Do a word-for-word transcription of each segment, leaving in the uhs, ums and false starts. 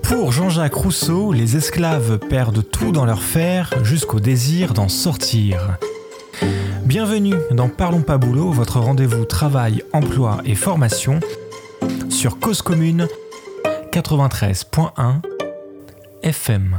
Pour Jean-Jacques Rousseau, les esclaves perdent tout dans leur faire jusqu'au désir d'en sortir. Bienvenue dans Parlons pas boulot, votre rendez-vous travail, emploi et formation sur Cause Commune quatre-vingt-treize point un F M.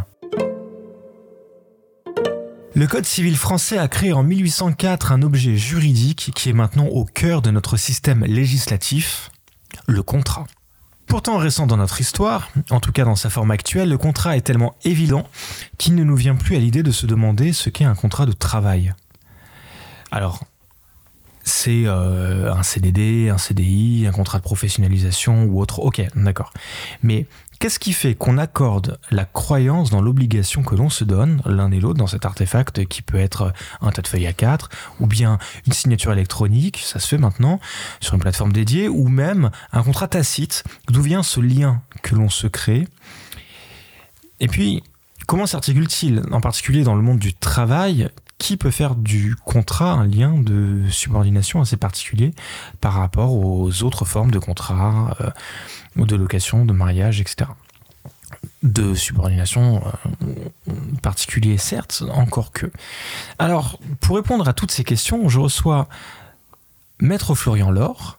Le Code civil français a créé en mille huit cent quatre un objet juridique qui est maintenant au cœur de notre système législatif, le contrat. Pourtant récent dans notre histoire, en tout cas dans sa forme actuelle, le contrat est tellement évident qu'il ne nous vient plus à l'idée de se demander ce qu'est un contrat de travail. Alors, c'est euh, un C D D, un C D I, un contrat de professionnalisation ou autre, ok, d'accord. Mais qu'est-ce qui fait qu'on accorde la croyance dans l'obligation que l'on se donne, l'un et l'autre, dans cet artefact qui peut être un tas de feuilles A quatre, ou bien une signature électronique, ça se fait maintenant, sur une plateforme dédiée, ou même un contrat tacite, d'où vient ce lien que l'on se crée? Et puis, comment s'articule-t-il, en particulier dans le monde du travail? Qui peut faire du contrat un lien de subordination assez particulier par rapport aux autres formes de contrat, euh, ou de location, de mariage, et cetera. De subordination euh, particulier, certes, encore que. Alors, pour répondre à toutes ces questions, je reçois Maître Florian Laure.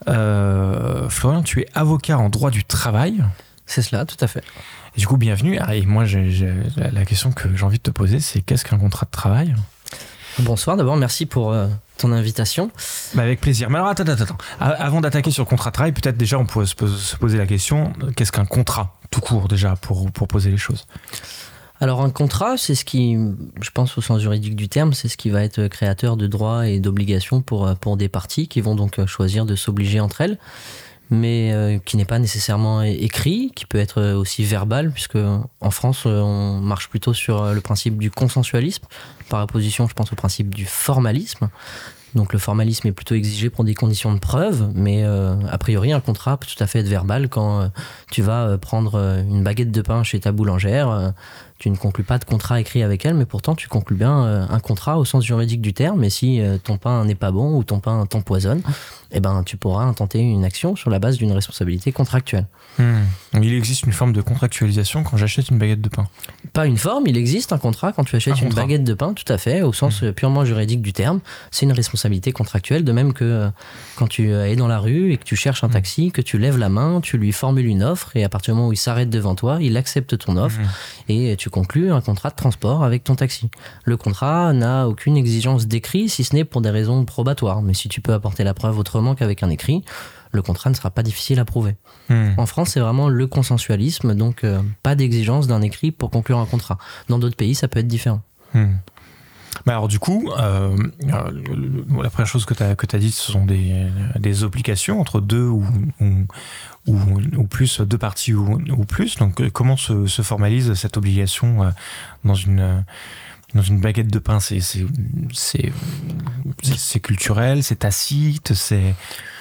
Euh, Florian, tu es avocat en droit du travail. C'est cela, tout à fait. Et du coup, bienvenue. Et moi, j'ai, j'ai, la question que j'ai envie de te poser, c'est qu'est-ce qu'un contrat de travail ? Bonsoir, d'abord, merci pour euh, ton invitation. Bah avec plaisir. Mais alors, attends, attends, attends. Avant d'attaquer sur le contrat de travail, peut-être déjà, on pourrait se poser la question, qu'est-ce qu'un contrat, tout court, déjà, pour, pour poser les choses ? Alors, un contrat, c'est ce qui, je pense au sens juridique du terme, c'est ce qui va être créateur de droits et d'obligations pour, pour des parties qui vont donc choisir de s'obliger entre elles, mais euh, qui n'est pas nécessairement écrit, qui peut être aussi verbal, puisque en France, on marche plutôt sur le principe du consensualisme, par opposition, je pense, au principe du formalisme. Donc le formalisme est plutôt exigé pour des conditions de preuve, mais euh, a priori, un contrat peut tout à fait être verbal. Quand euh, tu vas euh, prendre euh, une baguette de pain chez ta boulangère, euh, tu ne conclus pas de contrat écrit avec elle, mais pourtant tu conclus bien euh, un contrat au sens juridique du terme. Et si euh, ton pain n'est pas bon ou ton pain t'empoisonne, eh ben, tu pourras intenter une action sur la base d'une responsabilité contractuelle. Mmh. Il existe une forme de contractualisation quand j'achète une baguette de pain? Pas une forme, il existe un contrat quand tu achètes un une contrat. baguette de pain, tout à fait, au sens mmh. purement juridique du terme. C'est une responsabilité contractuelle, de même que euh, quand tu es dans la rue et que tu cherches un taxi, que tu lèves la main, tu lui formules une offre et à partir du moment où il s'arrête devant toi, il accepte ton offre mmh. et tu conclus un contrat de transport avec ton taxi. Le contrat n'a aucune exigence d'écrit, si ce n'est pour des raisons probatoires. Mais si tu peux apporter la preuve autrement qu'avec un écrit, le contrat ne sera pas difficile à prouver. Mmh. En France, c'est vraiment le consensualisme, donc euh, pas d'exigence d'un écrit pour conclure un contrat. Dans d'autres pays, ça peut être différent. Mmh. Bah alors du coup, euh, euh, le, la première chose que tu as que tu as dit, ce sont des, des obligations entre deux ou, ou, ou, ou plus, deux parties ou, ou plus. Donc comment se, se formalise cette obligation euh, dans une... Euh, Dans une baguette de pain, c'est, c'est, c'est, c'est, c'est culturel, c'est tacite, c'est...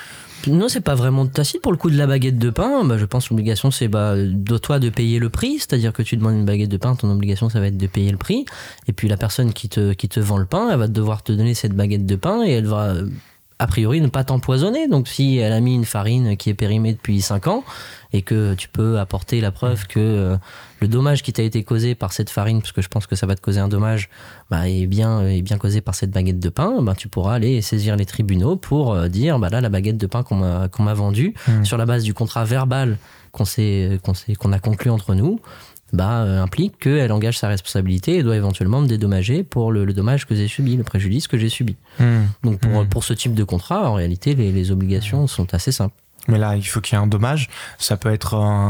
Non, c'est pas vraiment tacite. Pour le coup de la baguette de pain, bah, je pense que l'obligation, c'est bah, de toi de payer le prix. C'est-à-dire que tu demandes une baguette de pain, ton obligation, ça va être de payer le prix. Et puis la personne qui te, qui te vend le pain, elle va devoir te donner cette baguette de pain et elle va... a priori ne pas t'empoisonner. Donc si elle a mis une farine qui est périmée depuis cinq ans et que tu peux apporter la preuve que euh, le dommage qui t'a été causé par cette farine, parce que je pense que ça va te causer un dommage, bah, est, bien, est bien causé par cette baguette de pain, bah, tu pourras aller saisir les tribunaux pour euh, dire bah là la baguette de pain qu'on m'a, qu'on m'a vendue mmh. sur la base du contrat verbal qu'on, s'est, qu'on, s'est, qu'on a conclu entre nous, bah, euh, implique qu'elle engage sa responsabilité et doit éventuellement me dédommager pour le, le dommage que j'ai subi, le préjudice que j'ai subi. Mmh. Donc pour, mmh. pour ce type de contrat, en réalité, les, les obligations mmh. sont assez simples. Mais là, il faut qu'il y ait un dommage. Ça peut être un,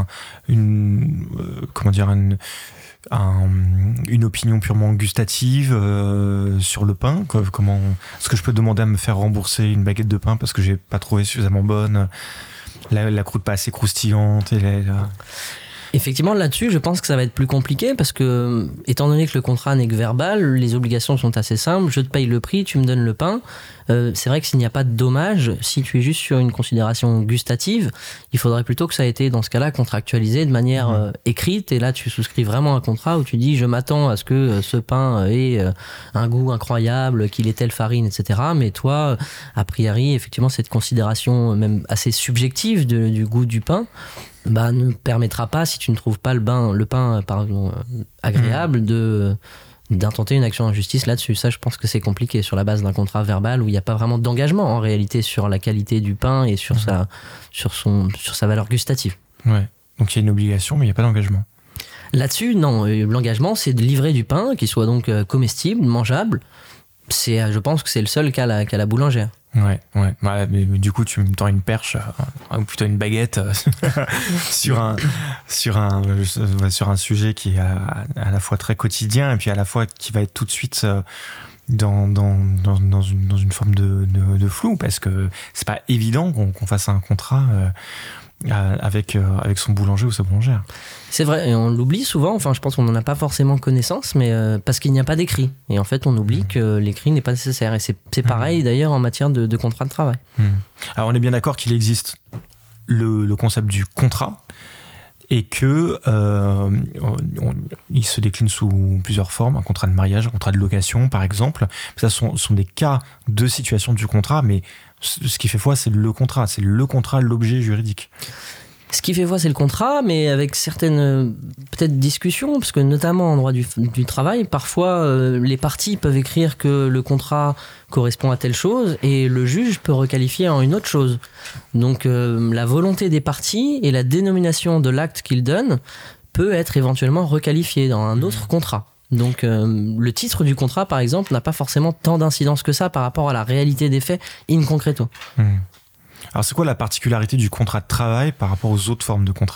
une, euh, comment dire, une, un, une opinion purement gustative euh, sur le pain. Comment, est-ce que je peux demander à me faire rembourser une baguette de pain parce que j'ai pas trouvé suffisamment bonne, la, la croûte pas assez croustillante et la, la... Effectivement, là-dessus, je pense que ça va être plus compliqué parce que, étant donné que le contrat n'est que verbal, les obligations sont assez simples. Je te paye le prix, tu me donnes le pain. Euh, c'est vrai que s'il n'y a pas de dommage, si tu es juste sur une considération gustative, il faudrait plutôt que ça ait été, dans ce cas-là, contractualisé de manière euh, écrite. Et là, tu souscris vraiment un contrat où tu dis « je m'attends à ce que euh, ce pain ait euh, un goût incroyable, qu'il ait telle farine, et cetera » Mais toi, a priori, effectivement, cette considération même assez subjective de, du goût du pain, bah, ne permettra pas, si tu ne trouves pas le, bain, le pain pardon, agréable, mmh. de, d'intenter une action en justice là-dessus. Ça, je pense que c'est compliqué sur la base d'un contrat verbal où il n'y a pas vraiment d'engagement en réalité sur la qualité du pain et sur, mmh. sa, sur, son, sur sa valeur gustative. Ouais. Donc il y a une obligation, mais il n'y a pas d'engagement. Là-dessus, non. L'engagement, c'est de livrer du pain qui soit donc comestible, mangeable. C'est, je pense que c'est le seul qu'a la, qu'a la boulangère. Ouais, ouais. ouais mais, mais du coup, tu me tends une perche, ou plutôt une baguette, sur, un, sur, un, sur un sujet qui est à, à la fois très quotidien et puis à la fois qui va être tout de suite dans, dans, dans, dans, une, dans une forme de, de, de flou, parce que c'est pas évident qu'on, qu'on fasse un contrat euh, avec, euh, avec son boulanger ou sa boulangère. C'est vrai, et on l'oublie souvent, enfin je pense qu'on n'en a pas forcément connaissance, mais euh, parce qu'il n'y a pas d'écrit. Et en fait, on oublie mmh. que l'écrit n'est pas nécessaire. Et c'est, c'est pareil mmh. d'ailleurs en matière de, de contrat de travail. Mmh. Alors on est bien d'accord qu'il existe le, le concept du contrat et que euh, on, on, il se décline sous plusieurs formes, un contrat de mariage, un contrat de location par exemple. Ça sont, sont des cas de situation du contrat, mais ce qui fait foi, c'est le contrat, c'est le contrat, l'objet juridique. Ce qui fait foi, c'est le contrat, mais avec certaines peut-être discussions, parce que notamment en droit du, du travail, parfois euh, les parties peuvent écrire que le contrat correspond à telle chose et le juge peut requalifier en une autre chose. Donc euh, la volonté des parties et la dénomination de l'acte qu'ils donnent peut être éventuellement requalifiée dans un autre contrat. Donc euh, le titre du contrat, par exemple, n'a pas forcément tant d'incidence que ça par rapport à la réalité des faits in concreto. Mmh. Alors c'est quoi la particularité du contrat de travail par rapport aux autres formes de contrat ?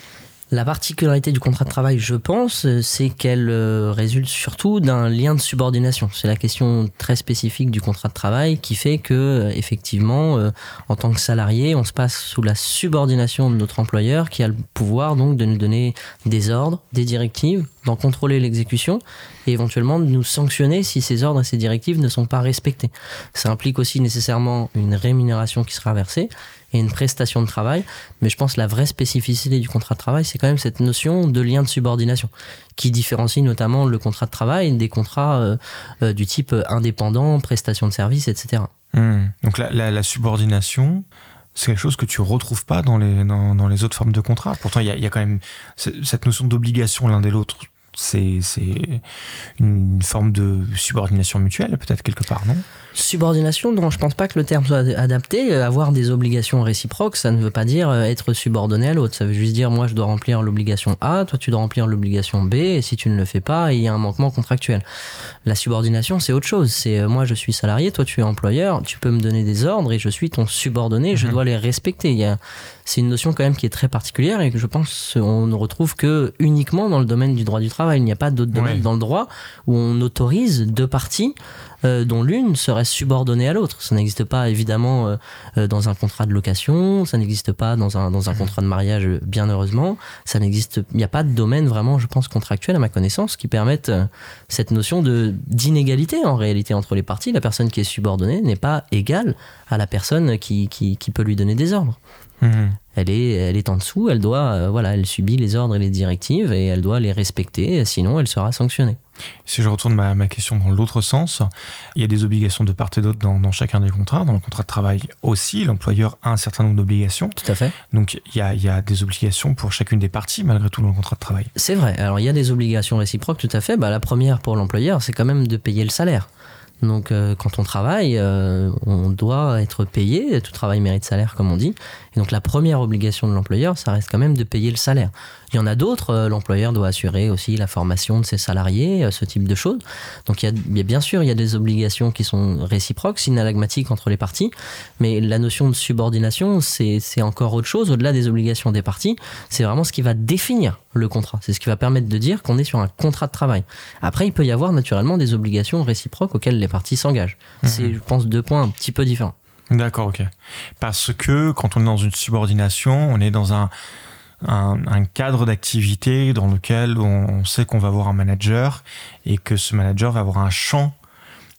La particularité du contrat de travail, je pense, c'est qu'elle résulte surtout d'un lien de subordination. C'est la question très spécifique du contrat de travail qui fait que, effectivement, en tant que salarié, on se passe sous la subordination de notre employeur qui a le pouvoir donc de nous donner des ordres, des directives, d'en contrôler l'exécution et éventuellement de nous sanctionner si ces ordres et ces directives ne sont pas respectés. Ça implique aussi nécessairement une rémunération qui sera versée et une prestation de travail, mais je pense que la vraie spécificité du contrat de travail, c'est quand même cette notion de lien de subordination, qui différencie notamment le contrat de travail des contrats euh, euh, du type indépendant, prestation de service, et cetera. Mmh. Donc la, la, la subordination, c'est quelque chose que tu ne retrouves pas dans les, dans, dans les autres formes de contrat. Pourtant, il y a, y a quand même cette notion d'obligation l'un des l'autre. C'est, c'est une forme de subordination mutuelle, peut-être quelque part, non ? Subordination, non, je pense pas que le terme soit adapté. Avoir des obligations réciproques, ça ne veut pas dire être subordonné à l'autre. Ça veut juste dire, moi, je dois remplir l'obligation A, toi, tu dois remplir l'obligation B, et si tu ne le fais pas, il y a un manquement contractuel. La subordination, c'est autre chose. C'est, moi, je suis salarié, toi, tu es employeur, tu peux me donner des ordres, et je suis ton subordonné, je mmh. dois les respecter. Il y a, c'est une notion quand même qui est très particulière, et que je pense on ne retrouve que uniquement dans le domaine du droit du travail. Il n'y a pas d'autre domaine ouais. dans le droit où on autorise deux parties Euh, dont l'une serait subordonnée à l'autre. Ça n'existe pas évidemment euh, euh, dans un contrat de location, ça n'existe pas dans un, dans un contrat de mariage, bien heureusement. Ça n'existe, il n'y a pas de domaine vraiment, je pense, contractuel à ma connaissance qui permette euh, cette notion de, d'inégalité en réalité entre les parties. La personne qui est subordonnée n'est pas égale à la personne qui, qui, qui peut lui donner des ordres. Mmh. Elle est, elle est en dessous, elle doit, euh, voilà, elle subit les ordres et les directives et elle doit les respecter, sinon elle sera sanctionnée. Si je retourne ma, ma question dans l'autre sens, il y a des obligations de part et d'autre dans, dans chacun des contrats. Dans le contrat de travail aussi, l'employeur a un certain nombre d'obligations. Tout à fait. Donc il y a, il y a des obligations pour chacune des parties, malgré tout, dans le contrat de travail. C'est vrai. Alors il y a des obligations réciproques, tout à fait. Bah, la première pour l'employeur, c'est quand même de payer le salaire. Donc euh, quand on travaille, euh, on doit être payé, tout travail mérite salaire comme on dit, et donc la première obligation de l'employeur, ça reste quand même de payer le salaire. Il y en a d'autres, euh, l'employeur doit assurer aussi la formation de ses salariés, euh, ce type de choses. Donc il y, a, il y a bien sûr, il y a des obligations qui sont réciproques, synalagmatiques entre les parties, mais la notion de subordination, c'est, c'est encore autre chose, au-delà des obligations des parties, c'est vraiment ce qui va définir le contrat. C'est ce qui va permettre de dire qu'on est sur un contrat de travail. Après, il peut y avoir naturellement des obligations réciproques auxquelles les parties s'engagent. Mmh. C'est, je pense, deux points un petit peu différents. D'accord, ok. Parce que quand on est dans une subordination, on est dans un, un, un cadre d'activité dans lequel on sait qu'on va avoir un manager et que ce manager va avoir un champ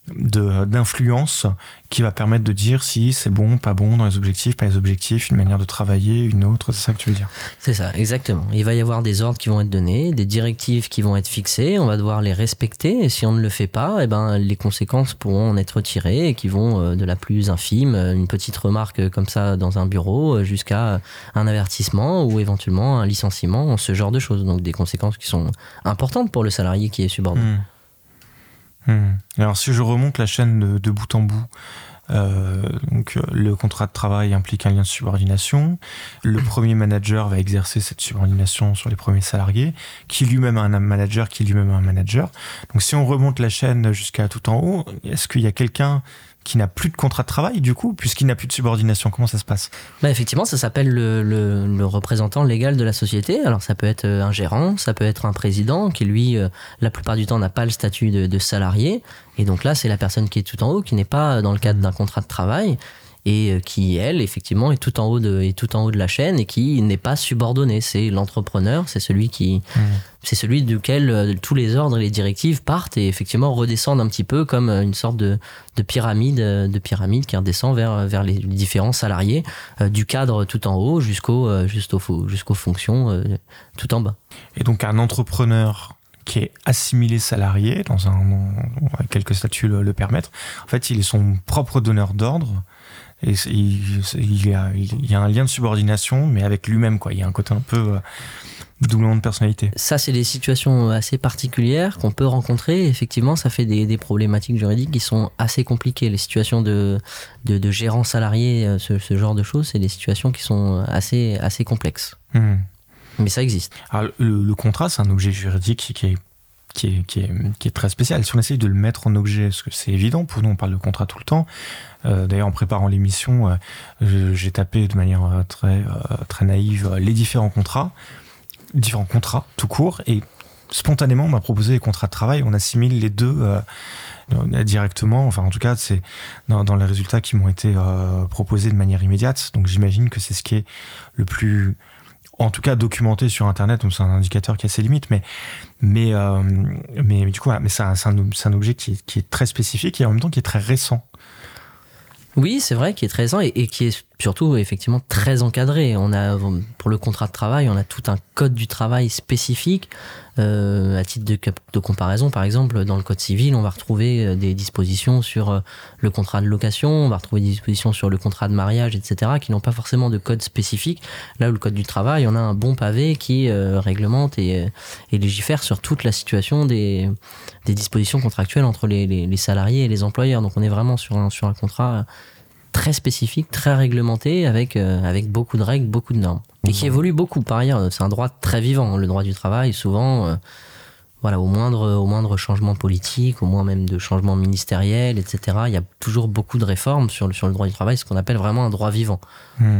de, d'influence qui va permettre de dire si c'est bon, pas bon dans les objectifs, pas les objectifs, une manière de travailler, une autre, c'est ça que tu veux dire? C'est ça, exactement. Il va y avoir des ordres qui vont être donnés, des directives qui vont être fixées, on va devoir les respecter, et si on ne le fait pas, eh ben, les conséquences pourront en être tirées, et qui vont euh, de la plus infime, une petite remarque comme ça dans un bureau, jusqu'à un avertissement ou éventuellement un licenciement, ce genre de choses. Donc des conséquences qui sont importantes pour le salarié qui est subordonné. Mmh. Mmh. Alors si je remonte la chaîne de, de bout en bout, euh, donc le contrat de travail implique un lien de subordination. Le premier manager va exercer cette subordination sur les premiers salariés, qui lui-même a un manager, qui lui-même a un manager. Donc si on remonte la chaîne jusqu'à tout en haut, est-ce qu'il y a quelqu'un qui n'a plus de contrat de travail, du coup, puisqu'il n'a plus de subordination? Comment ça se passe? Bah effectivement, ça s'appelle le, le, le représentant légal de la société. Alors ça peut être un gérant, ça peut être un président qui, lui, euh, la plupart du temps, n'a pas le statut de, de salarié. Et donc là, c'est la personne qui est tout en haut, qui n'est pas dans le cadre d'un contrat de travail, et qui, elle, effectivement, est tout en haut de, est tout en haut de la chaîne et qui n'est pas subordonné. C'est l'entrepreneur, c'est celui qui... Mmh. C'est celui duquel euh, tous les ordres et les directives partent et effectivement redescendent un petit peu comme une sorte de, de pyramide, de pyramide qui redescend vers, vers les différents salariés, euh, du cadre tout en haut jusqu'au, euh, jusqu'aux, jusqu'aux fonctions euh, tout en bas. Et donc un entrepreneur qui est assimilé salarié, dans un, dans, quelques statuts le, le permettent, en fait il est son propre donneur d'ordre. Et il, il, y a, il y a un lien de subordination, mais avec lui-même, quoi. Il y a un côté un peu euh, doublement de personnalité. Ça, c'est des situations assez particulières qu'on peut rencontrer. Effectivement, ça fait des, des problématiques juridiques qui sont assez compliquées. Les situations de, de, de gérants salariés, ce, ce genre de choses, c'est des situations qui sont assez, assez complexes. Mmh. Mais ça existe. Alors, le, le contrat, c'est un objet juridique qui est Qui est, qui, est, qui est très spécial. Si on essaye de le mettre en objet, parce que c'est évident, pour nous on parle de contrat tout le temps, euh, d'ailleurs en préparant l'émission, euh, j'ai tapé de manière très, euh, très naïve les différents contrats, différents contrats tout court, et spontanément on m'a proposé les contrats de travail, on assimile les deux euh, directement, enfin en tout cas c'est dans, dans les résultats qui m'ont été euh, proposés de manière immédiate, donc j'imagine que c'est ce qui est le plus... en tout cas documenté sur internet, donc c'est un indicateur qui a ses limites, mais mais euh, mais, mais du coup, mais c'est un, c'est un, c'est un objet qui est, qui est très spécifique et en même temps qui est très récent. Oui, c'est vrai, qui est très récent et, et qui est surtout effectivement très encadré. On a, pour le contrat de travail, on a tout un code du travail spécifique. Euh, à titre de, de comparaison, par exemple, dans le code civil, on va retrouver des dispositions sur le contrat de location, on va retrouver des dispositions sur le contrat de mariage, et cetera, qui n'ont pas forcément de code spécifique. Là où le code du travail, on a un bon pavé qui euh, réglemente et, et légifère sur toute la situation des, des dispositions contractuelles entre les, les, les salariés et les employeurs. Donc on est vraiment sur un, sur un contrat très spécifique, très réglementé, avec, euh, avec beaucoup de règles, beaucoup de normes. Et qui évolue beaucoup, par ailleurs. C'est un droit très vivant, le droit du travail. Souvent, euh, voilà, au moindre, au moindre changement politique, au moins même de changement ministériel, et cetera, il y a toujours beaucoup de réformes sur le, sur le droit du travail, ce qu'on appelle vraiment un droit vivant. Mmh.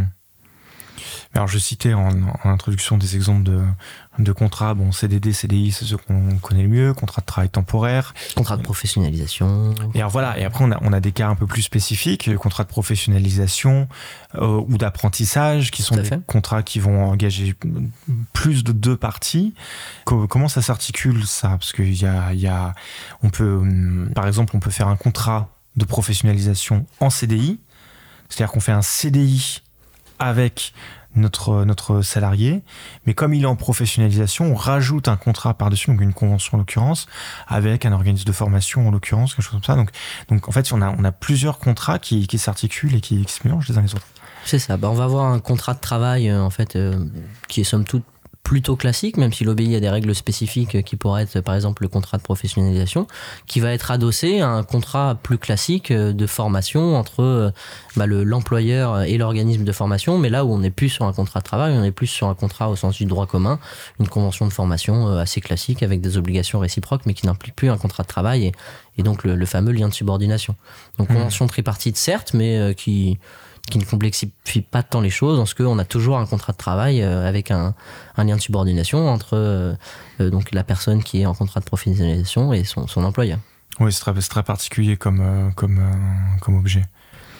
Alors, je citais en, en introduction des exemples de, de contrats. Bon, C D D, C D I, c'est ceux qu'on connaît le mieux. Contrat de travail temporaire. Contrat de professionnalisation. Et alors voilà. Et après, on a, on a des cas un peu plus spécifiques. Contrat de professionnalisation euh, ou d'apprentissage, qui sont des fait. contrats qui vont engager plus de deux parties. Comment ça s'articule, ça? Parce qu'il y a, il y a, on peut, par exemple, on peut faire un contrat de professionnalisation en C D I. C'est-à-dire qu'on fait un C D I avec notre, notre salarié, mais comme il est en professionnalisation, on rajoute un contrat par-dessus, donc une convention en l'occurrence, avec un organisme de formation en l'occurrence, quelque chose comme ça. Donc, donc en fait, on a, on a plusieurs contrats qui, qui s'articulent et qui, qui se mélangent les uns les autres. C'est ça. Bah, on va avoir un contrat de travail en fait, euh, qui est somme toute plutôt classique, même s'il obéit à des règles spécifiques qui pourraient être par exemple le contrat de professionnalisation, qui va être adossé à un contrat plus classique de formation entre bah, le, l'employeur et l'organisme de formation, mais là où on n'est plus sur un contrat de travail, on est plus sur un contrat au sens du droit commun, une convention de formation assez classique avec des obligations réciproques, mais qui n'implique plus un contrat de travail et, et donc le, le fameux lien de subordination. Donc convention tripartite certes, mais euh, qui... qui ne complexifie pas tant les choses, en ce qu'on a toujours un contrat de travail euh, avec un, un lien de subordination entre euh, euh, donc la personne qui est en contrat de professionnalisation et son, son employeur. Oui, c'est très, c'est très particulier comme, euh, comme, euh, comme objet.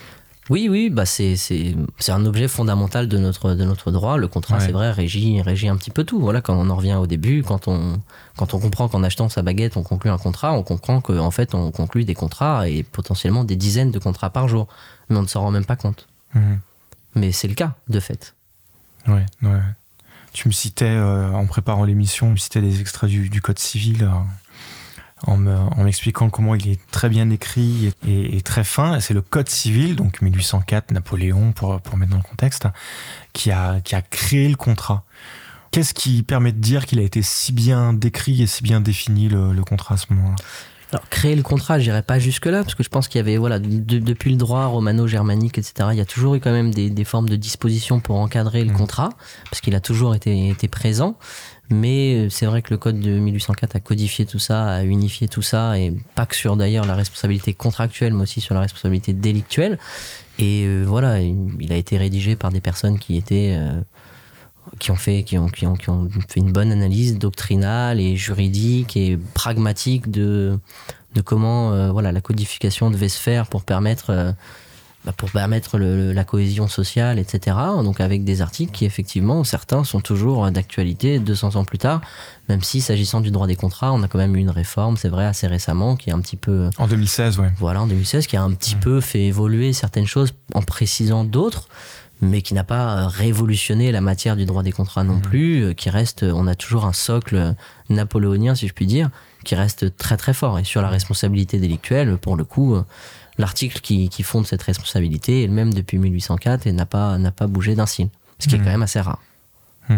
Oui, oui, bah c'est, c'est, c'est un objet fondamental de notre, de notre droit. Le contrat, ouais. c'est vrai, régit, régit un petit peu tout. Voilà, quand on en revient au début, quand on, quand on comprend qu'en achetant sa baguette, on conclut un contrat, on comprend qu'en fait, on conclut des contrats et potentiellement des dizaines de contrats par jour. Mais on ne s'en rend même pas compte. Mmh. Mais c'est le cas, de fait. Ouais, ouais. Tu me citais, euh, en préparant l'émission, tu me citais des extraits du, du Code civil, euh, en, me, en m'expliquant comment il est très bien écrit et, et, et très fin. C'est le Code civil, donc mille huit cent quatre, Napoléon, pour, pour mettre dans le contexte, qui a, qui a créé le contrat. Qu'est-ce qui permet de dire qu'il a été si bien décrit et si bien défini, le, le contrat, à ce moment-là ? Alors, créer le contrat, j'irai pas jusque-là, parce que je pense qu'il y avait, voilà, de, depuis le droit romano-germanique, et cetera, il y a toujours eu quand même des, des formes de dispositions pour encadrer le mmh. contrat, parce qu'il a toujours été, été présent. Mais c'est vrai que le code de mille huit cent quatre a codifié tout ça, a unifié tout ça, et pas que sur d'ailleurs la responsabilité contractuelle, mais aussi sur la responsabilité délictuelle. Et euh, voilà, il a été rédigé par des personnes qui étaient... Euh, qui ont fait qui ont, qui ont qui ont fait une bonne analyse doctrinale et juridique et pragmatique de de comment euh, voilà la codification devait se faire pour permettre euh, bah, pour permettre le, la cohésion sociale, et cetera. Donc avec des articles qui effectivement certains sont toujours d'actualité deux cents ans plus tard, même si s'agissant du droit des contrats, on a quand même eu une réforme, c'est vrai, assez récemment, qui est un petit peu en deux mille seize, ouais. Voilà, en deux mille seize, qui a un petit mmh. peu fait évoluer certaines choses en précisant d'autres, mais qui n'a pas révolutionné la matière du droit des contrats non mmh. plus, qui reste, on a toujours un socle napoléonien, si je puis dire, qui reste très très fort. Et sur la responsabilité délictuelle, pour le coup, l'article qui, qui fonde cette responsabilité est le même depuis mille huit cent quatre et n'a pas, n'a pas bougé d'un cil, ce qui mmh. est quand même assez rare. Mmh.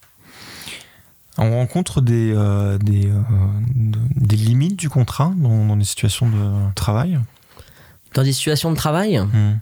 On rencontre des, euh, des, euh, des limites du contrat dans, dans des situations de travail ? Dans des situations de travail mmh.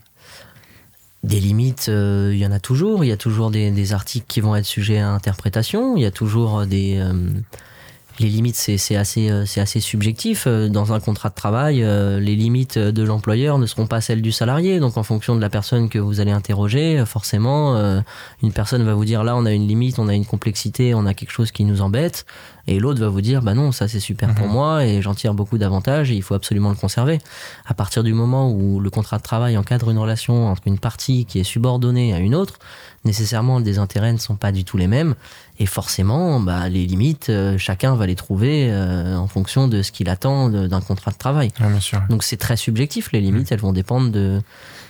Des limites, il euh, y en a toujours. Il y a toujours des, des articles qui vont être sujets à interprétation. Il y a toujours des... Euh, les limites, c'est, c'est, assez, euh, c'est assez subjectif. Dans un contrat de travail, euh, les limites de l'employeur ne seront pas celles du salarié. Donc, en fonction de la personne que vous allez interroger, forcément, euh, une personne va vous dire, là, on a une limite, on a une complexité, on a quelque chose qui nous embête. Et l'autre va vous dire, bah non, ça c'est super mmh. pour moi et j'en tire beaucoup d'avantages et il faut absolument le conserver. À partir du moment où le contrat de travail encadre une relation entre une partie qui est subordonnée à une autre, nécessairement les intérêts ne sont pas du tout les mêmes et forcément, bah, les limites, euh, chacun va les trouver euh, en fonction de ce qu'il attend de, d'un contrat de travail. Ah, bien sûr. Donc c'est très subjectif, les limites, mmh. elles vont dépendre de...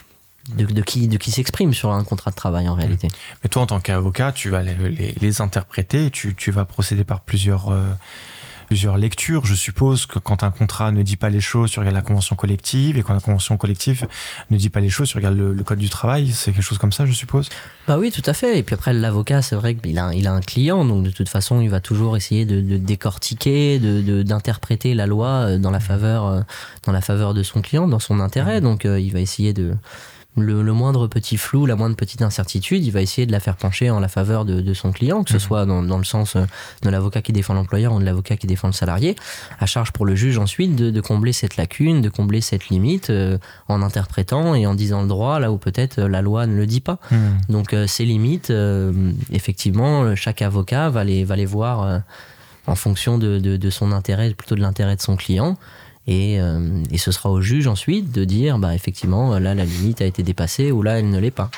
De, de, qui, de qui s'exprime sur un contrat de travail en réalité. Mais toi en tant qu'avocat, tu vas les, les, les interpréter, tu, tu vas procéder par plusieurs, euh, plusieurs lectures. Je suppose que quand un contrat ne dit pas les choses, tu regardes la convention collective, et quand la convention collective ne dit pas les choses, tu regardes le, le code du travail, c'est quelque chose comme ça, je suppose ? Bah oui, tout à fait. Et puis après, l'avocat, c'est vrai qu'il a, il a un client, donc de toute façon, il va toujours essayer de, de décortiquer, de, de, d'interpréter la loi dans la faveur, dans la faveur de son client, dans son intérêt. Donc euh, il va essayer de... Le, le moindre petit flou, la moindre petite incertitude, il va essayer de la faire pencher en la faveur de, de son client, que ce mmh. soit dans, dans le sens de l'avocat qui défend l'employeur ou de l'avocat qui défend le salarié. À charge pour le juge ensuite de, de combler cette lacune, de combler cette limite euh, en interprétant et en disant le droit là où peut-être la loi ne le dit pas. Mmh. Donc euh, ces limites, euh, effectivement, chaque avocat va les, va les voir euh, en fonction de, de, de son intérêt, plutôt de l'intérêt de son client. Et, euh, et ce sera au juge ensuite de dire, bah, effectivement, là, la limite a été dépassée ou là, elle ne l'est pas.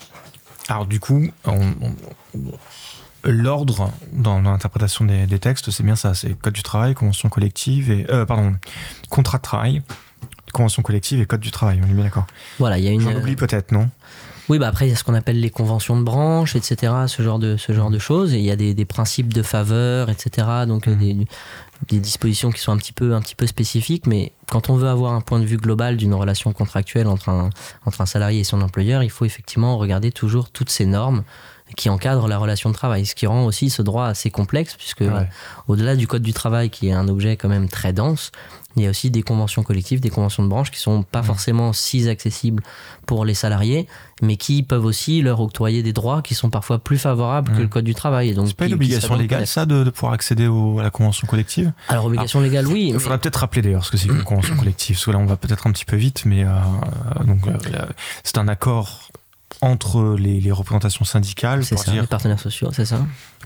Alors, du coup, on, on, l'ordre dans l'interprétation des, des textes, c'est bien ça. C'est code du travail, convention collective et... Euh, pardon, contrat de travail, convention collective et code du travail. On est bien d'accord. Voilà, il y a une... J'en oublie peut-être, non ? Oui, bah après, il y a ce qu'on appelle les conventions de branche, et cetera, ce genre de, ce genre de choses. Et il y a des, des principes de faveur, et cetera. Donc, mmh. des, des dispositions qui sont un petit peu, un petit peu spécifiques. Mais quand on veut avoir un point de vue global d'une relation contractuelle entre un, entre un salarié et son employeur, il faut effectivement regarder toujours toutes ces normes qui encadrent la relation de travail. Ce qui rend aussi ce droit assez complexe, puisque ouais. euh, au-delà du code du travail, qui est un objet quand même très dense, il y a aussi des conventions collectives, des conventions de branche qui sont pas mmh. forcément si accessibles pour les salariés, mais qui peuvent aussi leur octroyer des droits qui sont parfois plus favorables mmh. que le code du travail. Donc, c'est pas une obligation légale, ça, de, de pouvoir accéder au, à la convention collective ? Alors, obligation Alors, légale, oui. Il faudrait mais... peut-être rappeler d'ailleurs ce que c'est une convention collective, parce que là, on va peut-être un petit peu vite, mais euh, donc, euh, là, c'est un accord entre les, les représentations syndicales, c'est pour ça, dire, les partenaires sociaux, c'est ça.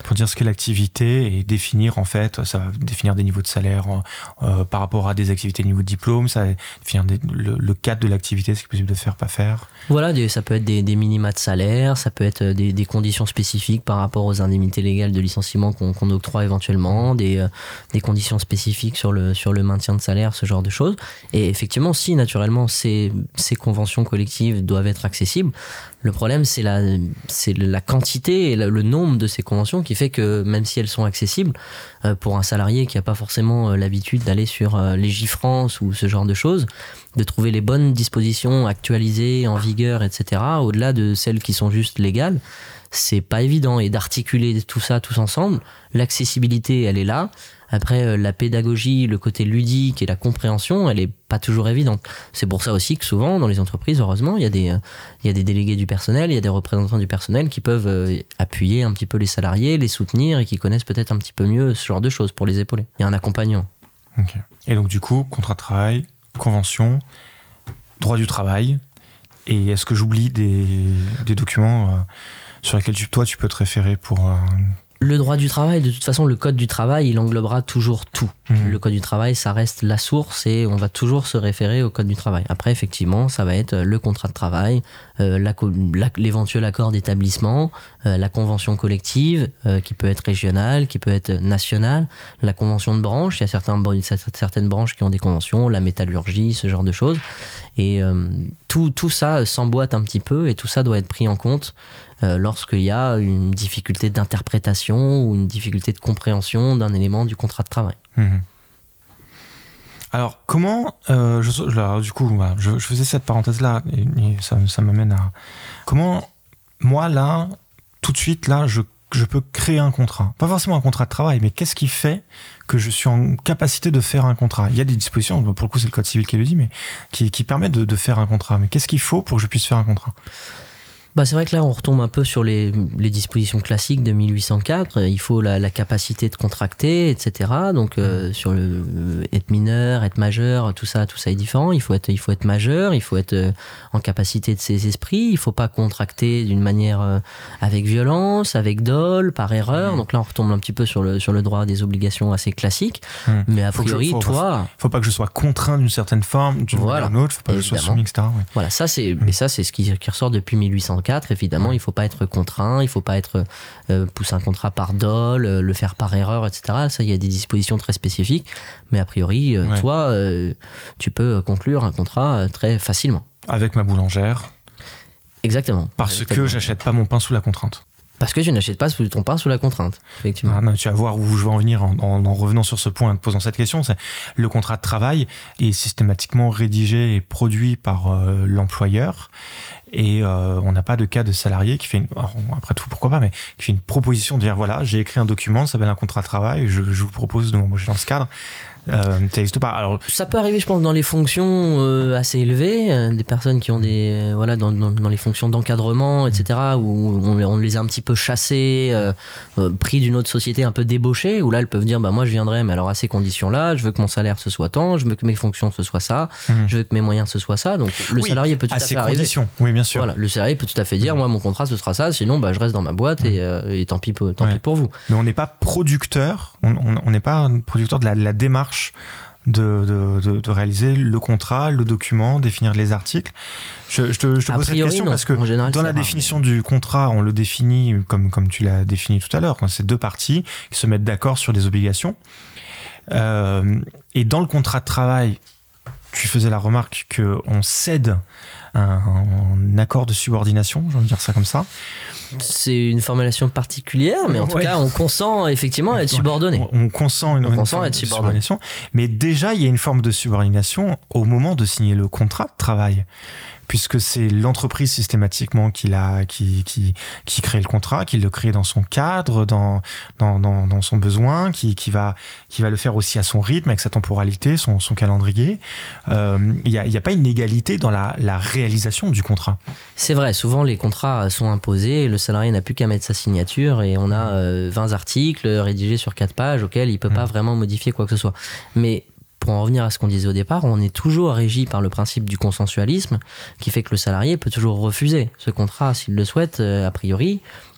Pour dire ce qu'est l'activité et définir, en fait, ça va définir des niveaux de salaire euh, par rapport à des activités niveau de diplôme, ça va définir des, le, le cadre de l'activité, ce qui est possible de faire, pas faire. Voilà, des, ça peut être des, des minima de salaire, ça peut être des, des conditions spécifiques par rapport aux indemnités légales de licenciement qu'on, qu'on octroie éventuellement, des, euh, des conditions spécifiques sur le, sur le maintien de salaire, ce genre de choses. Et effectivement, si naturellement ces, ces conventions collectives doivent être accessibles, le problème c'est la, c'est la quantité et le, le nombre de ces conventions qui fait que même si elles sont accessibles, euh, pour un salarié qui n'a pas forcément euh, l'habitude d'aller sur euh, Légifrance ou ce genre de choses, de trouver les bonnes dispositions actualisées, en vigueur, et cetera, au-delà de celles qui sont juste légales, c'est pas évident. Et d'articuler tout ça tous ensemble, l'accessibilité, elle est là. Après, euh, la pédagogie, le côté ludique et la compréhension, elle est pas toujours évidente. C'est pour ça aussi que souvent, dans les entreprises, heureusement, il y a des, euh, il y a des délégués du personnel, il y a des représentants du personnel qui peuvent euh, appuyer un petit peu les salariés, les soutenir et qui connaissent peut-être un petit peu mieux ce genre de choses pour les épauler. Il y a un accompagnant. Okay. Et donc, du coup, contrat de travail, convention, droit du travail, et est-ce que j'oublie des, des documents euh, sur lesquels tu, toi tu peux te référer pour... Euh... Le droit du travail, de toute façon, le code du travail, il englobera toujours tout. Mmh. Le code du travail, ça reste la source et on va toujours se référer au code du travail. Après, effectivement, ça va être le contrat de travail, euh, la, la, l'éventuel accord d'établissement, euh, la convention collective, euh, qui peut être régionale, qui peut être nationale, la convention de branche. Il y a certains, certaines branches qui ont des conventions, la métallurgie, ce genre de choses. Et euh, tout, tout ça s'emboîte un petit peu et tout ça doit être pris en compte euh, lorsqu'il y a une difficulté d'interprétation ou une difficulté de compréhension d'un élément du contrat de travail. Mmh. Alors, comment... Euh, je, là, du coup, voilà, je, je faisais cette parenthèse-là et, et ça, ça m'amène à... Comment, moi, là, tout de suite, là, je, je peux créer un contrat. Pas forcément un contrat de travail, mais qu'est-ce qui fait que je suis en capacité de faire un contrat? Il y a des dispositions, pour le coup, c'est le Code civil qui le dit, mais qui, qui permettent de, de faire un contrat. Mais qu'est-ce qu'il faut pour que je puisse faire un contrat? Bah c'est vrai que là, on retombe un peu sur les, les dispositions classiques de mille huit cent quatre. Il faut la, la capacité de contracter, et cetera. Donc, euh, sur le euh, être mineur, être majeur, tout ça, tout ça est différent. Il faut être, il faut être majeur, il faut être euh, en capacité de ses esprits. Il faut pas contracter d'une manière euh, avec violence, avec dol, par erreur. Mmh. Donc là, on retombe un petit peu sur le sur le droit des obligations assez classiques. Mmh. Mais a priori, faut, toi, faut, faut pas que je sois contraint d'une certaine forme, d'une voilà, manière ou d'une autre. Faut pas que je sois soumis, et cetera. Ouais. Voilà, ça c'est, mmh. et ça c'est ce qui, qui ressort depuis mille huit cent quatre. Évidemment, ouais. Il faut pas être contraint, il faut pas être euh, pousser un contrat par dol, euh, le faire par erreur, et cetera. Ça, il y a des dispositions très spécifiques. Mais a priori, euh, ouais. toi, euh, tu peux conclure un contrat euh, très facilement. Avec ma boulangère. Exactement. Parce Exactement. que j'achète pas mon pain sous la contrainte. Parce que tu n'achètes pas ton pain sous la contrainte, effectivement. Ah non, tu vas voir où je veux en venir en, en, en revenant sur ce point, en te posant cette question. C'est le contrat de travail est systématiquement rédigé et produit par euh, l'employeur. Et euh, on n'a pas de cas de salarié qui fait, une, alors, après tout, pourquoi pas, mais qui fait une proposition de dire voilà, j'ai écrit un document, ça s'appelle un contrat de travail, je, je vous propose de m'embaucher dans ce cadre. Euh, ça n'existe pas. Alors, ça peut arriver, je pense, dans les fonctions euh, assez élevées, euh, des personnes qui ont des euh, voilà dans, dans, dans les fonctions d'encadrement, et cetera, où on, on les a un petit peu chassés, euh, euh, pris d'une autre société, un peu débauchés, où là elles peuvent dire bah moi je viendrai, mais alors à ces conditions-là, je veux que mon salaire ce soit tant, je veux que mes fonctions ce soit ça, mmh. je veux que mes moyens ce soit ça. Donc le oui, salarié peut tout à, à fait ces arriver. Conditions. Oui, bien sûr. Voilà, le salarié peut tout à fait dire moi mon contrat ce sera ça, sinon bah je reste dans ma boîte mmh. et, euh, et tant pis tant ouais. pis pour vous. Mais on n'est pas producteur, on n'est pas producteur de la, de la démarche. De, de, de, de réaliser le contrat, le document, définir les articles. Je, je te, je te pose priori, cette question non. parce que général, dans la rare, définition mais... du contrat, on le définit comme, comme tu l'as défini tout à l'heure, quand c'est deux parties qui se mettent d'accord sur des obligations. Euh, et dans le contrat de travail, tu faisais la remarque qu'on cède un, un accord de subordination, je vais dire ça comme ça. C'est une formulation particulière, mais en tout ouais. cas, on consent effectivement à être subordonné. On, on consent une, on une consent forme à être de subordonné. subordination, mais déjà, il y a une forme de subordination au moment de signer le contrat de travail, puisque c'est l'entreprise systématiquement qui, l'a, qui, qui, qui crée le contrat, qui le crée dans son cadre, dans, dans, dans, dans son besoin, qui, qui, va, qui va le faire aussi à son rythme, avec sa temporalité, son, son calendrier. Euh, il n'y a, y a pas une égalité dans la, la réalisation du contrat. C'est vrai, souvent les contrats sont imposés, le salarié n'a plus qu'à mettre sa signature et on a euh, vingt articles rédigés sur quatre pages auxquels il ne peut mmh. pas vraiment modifier quoi que ce soit. Mais pour en revenir à ce qu'on disait au départ, on est toujours régi par le principe du consensualisme qui fait que le salarié peut toujours refuser ce contrat s'il le souhaite, euh, a priori,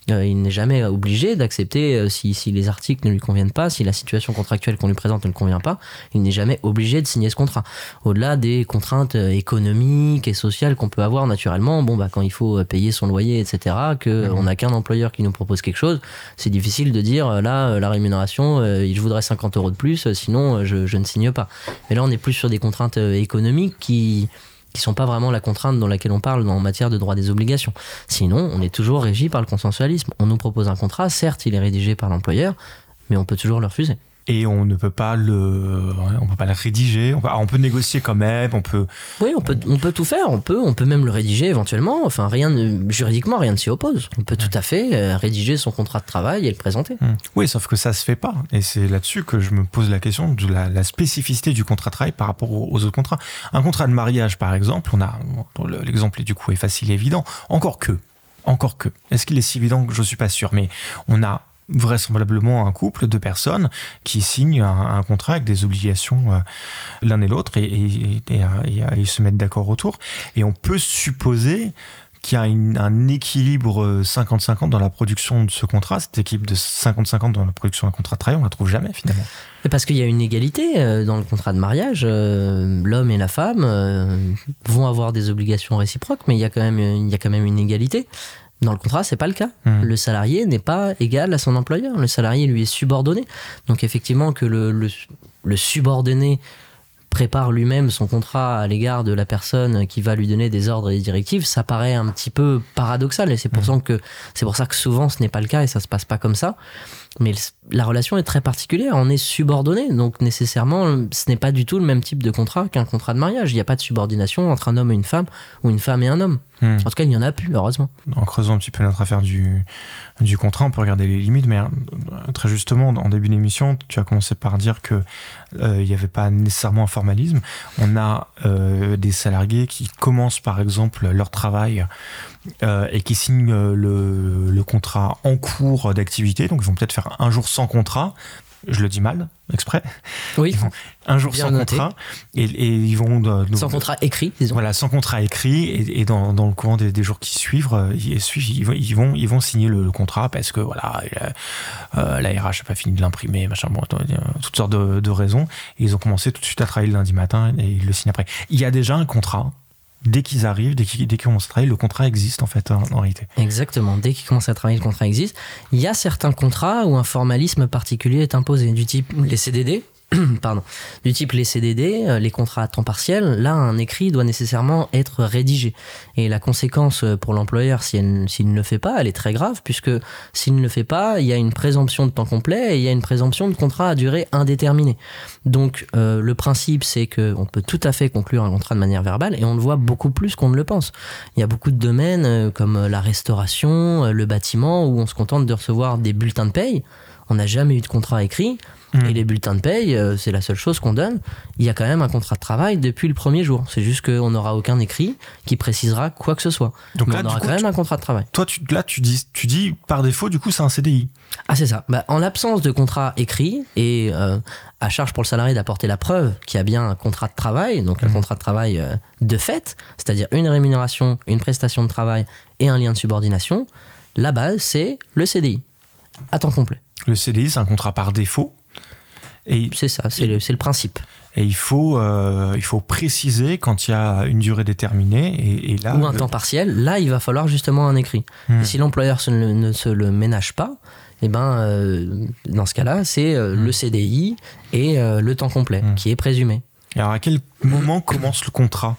Euh, il n'est jamais obligé d'accepter euh, si, si les articles ne lui conviennent pas, si la situation contractuelle qu'on lui présente ne le convient pas, il n'est jamais obligé de signer ce contrat. Au-delà des contraintes euh, économiques et sociales qu'on peut avoir naturellement, bon bah quand il faut payer son loyer, et cetera, que mmh. on n'a qu'un employeur qui nous propose quelque chose, c'est difficile de dire euh, là euh, la rémunération, euh, je voudrais cinquante euros de plus, euh, sinon euh, je, je ne signe pas. Mais là on est plus sur des contraintes euh, économiques qui qui sont pas vraiment la contrainte dans laquelle on parle en matière de droit des obligations. Sinon, on est toujours régi par le consensualisme. On nous propose un contrat, certes, il est rédigé par l'employeur, mais on peut toujours le refuser. Et on ne peut pas le, on peut pas le rédiger. On peut, on peut négocier quand même. On peut. Oui, on peut, on peut tout faire. On peut, on peut même le rédiger éventuellement. Enfin, rien, ne, juridiquement, rien ne s'y oppose. On peut tout à fait rédiger son contrat de travail et le présenter. Oui, sauf que ça se fait pas. Et c'est là-dessus que je me pose la question de la, la spécificité du contrat de travail par rapport aux, aux autres contrats. Un contrat de mariage, par exemple, on a l'exemple du coup est facile et évident. Encore que, encore que. Est-ce qu'il est si évident que je suis pas sûr, mais on a vraisemblablement un couple de personnes qui signent un, un contrat avec des obligations euh, l'un et l'autre et, et, et, et, et ils se mettent d'accord autour. Et on peut supposer qu'il y a une, un équilibre cinquante cinquante dans la production de ce contrat. Cette équipe de cinquante cinquante dans la production d'un contrat de travail, on ne la trouve jamais finalement. Parce qu'il y a une égalité dans le contrat de mariage. L'homme et la femme vont avoir des obligations réciproques, mais il y a quand même, il y a quand même une égalité. Dans le contrat, c'est pas le cas. Mmh. Le salarié n'est pas égal à son employeur. Le salarié lui est subordonné. Donc effectivement, que le, le, le subordonné prépare lui-même son contrat à l'égard de la personne qui va lui donner des ordres et des directives, ça paraît un petit peu paradoxal. Et c'est pour, mmh. ça que, c'est pour ça que souvent ce n'est pas le cas et ça se passe pas comme ça. Mais la relation est très particulière, on est subordonné, donc nécessairement ce n'est pas du tout le même type de contrat qu'un contrat de mariage. Il n'y a pas de subordination entre un homme et une femme ou une femme et un homme. Mmh. En tout cas, il n'y en a plus, heureusement. En creusant un petit peu notre affaire du, du contrat, on peut regarder les limites, mais très justement, en début d'émission, tu as commencé par dire qu'il euh, n'y avait pas nécessairement un formalisme. On a euh, des salariés qui commencent par exemple leur travail euh, et qui signent le, le contrat en cours d'activité, donc ils vont peut-être faire un jour sans contrat. Je le dis mal, exprès. Oui. Ils vont un jour sans noté. contrat et, et ils vont de, de, sans contrat écrit, disons. Voilà, sans contrat écrit et, et dans, dans le courant des, des jours qui suivent, ils, ils, ils vont ils vont signer le, le contrat parce que voilà, euh, la R H n'a pas fini de l'imprimer, machin, bon, toutes sortes de, de raisons. Et ils ont commencé tout de suite à travailler le lundi matin et ils le signent après. Il y a déjà un contrat. Dès qu'ils arrivent, dès qu'ils, dès qu'ils commencent à travailler, le contrat existe en fait en, en réalité. Exactement, dès qu'ils commencent à travailler, le contrat existe. Il y a certains contrats où un formalisme particulier est imposé, du type les C D D, pardon, du type les C D D, les contrats à temps partiel. Là, un écrit doit nécessairement être rédigé. Et la conséquence pour l'employeur, si elle, s'il ne le fait pas, elle est très grave, puisque s'il ne le fait pas, il y a une présomption de temps complet et il y a une présomption de contrat à durée indéterminée. Donc, euh, le principe, c'est qu'on peut tout à fait conclure un contrat de manière verbale et on le voit beaucoup plus qu'on ne le pense. Il y a beaucoup de domaines euh, comme la restauration, euh, le bâtiment, où on se contente de recevoir des bulletins de paye. On n'a jamais eu de contrat écrit. Mmh. Et les bulletins de paye, euh, c'est la seule chose qu'on donne. Il y a quand même un contrat de travail depuis le premier jour. C'est juste qu'on n'aura aucun écrit qui précisera quoi que ce soit. Donc mais là, on aura coup, quand même tu, un contrat de travail. Toi, tu, là, tu dis, tu dis par défaut, du coup, c'est un C D I. Ah, c'est ça. Bah, en l'absence de contrat écrit et euh, à charge pour le salarié d'apporter la preuve qu'il y a bien un contrat de travail, donc mmh. un contrat de travail euh, de fait, c'est-à-dire une rémunération, une prestation de travail et un lien de subordination, la base, c'est le C D I, à temps complet. Le C D I, c'est un contrat par défaut. Et c'est ça, c'est, et, le, c'est le principe. Et il faut, euh, il faut préciser quand il y a une durée déterminée. Et, et là, ou un le... temps partiel, là, il va falloir justement un écrit. Mmh. Et si l'employeur se, ne, ne se le ménage pas, eh ben, euh, dans ce cas-là, c'est euh, mmh. le C D I et euh, le temps complet mmh. qui est présumé. Et alors, à quel moment commence le contrat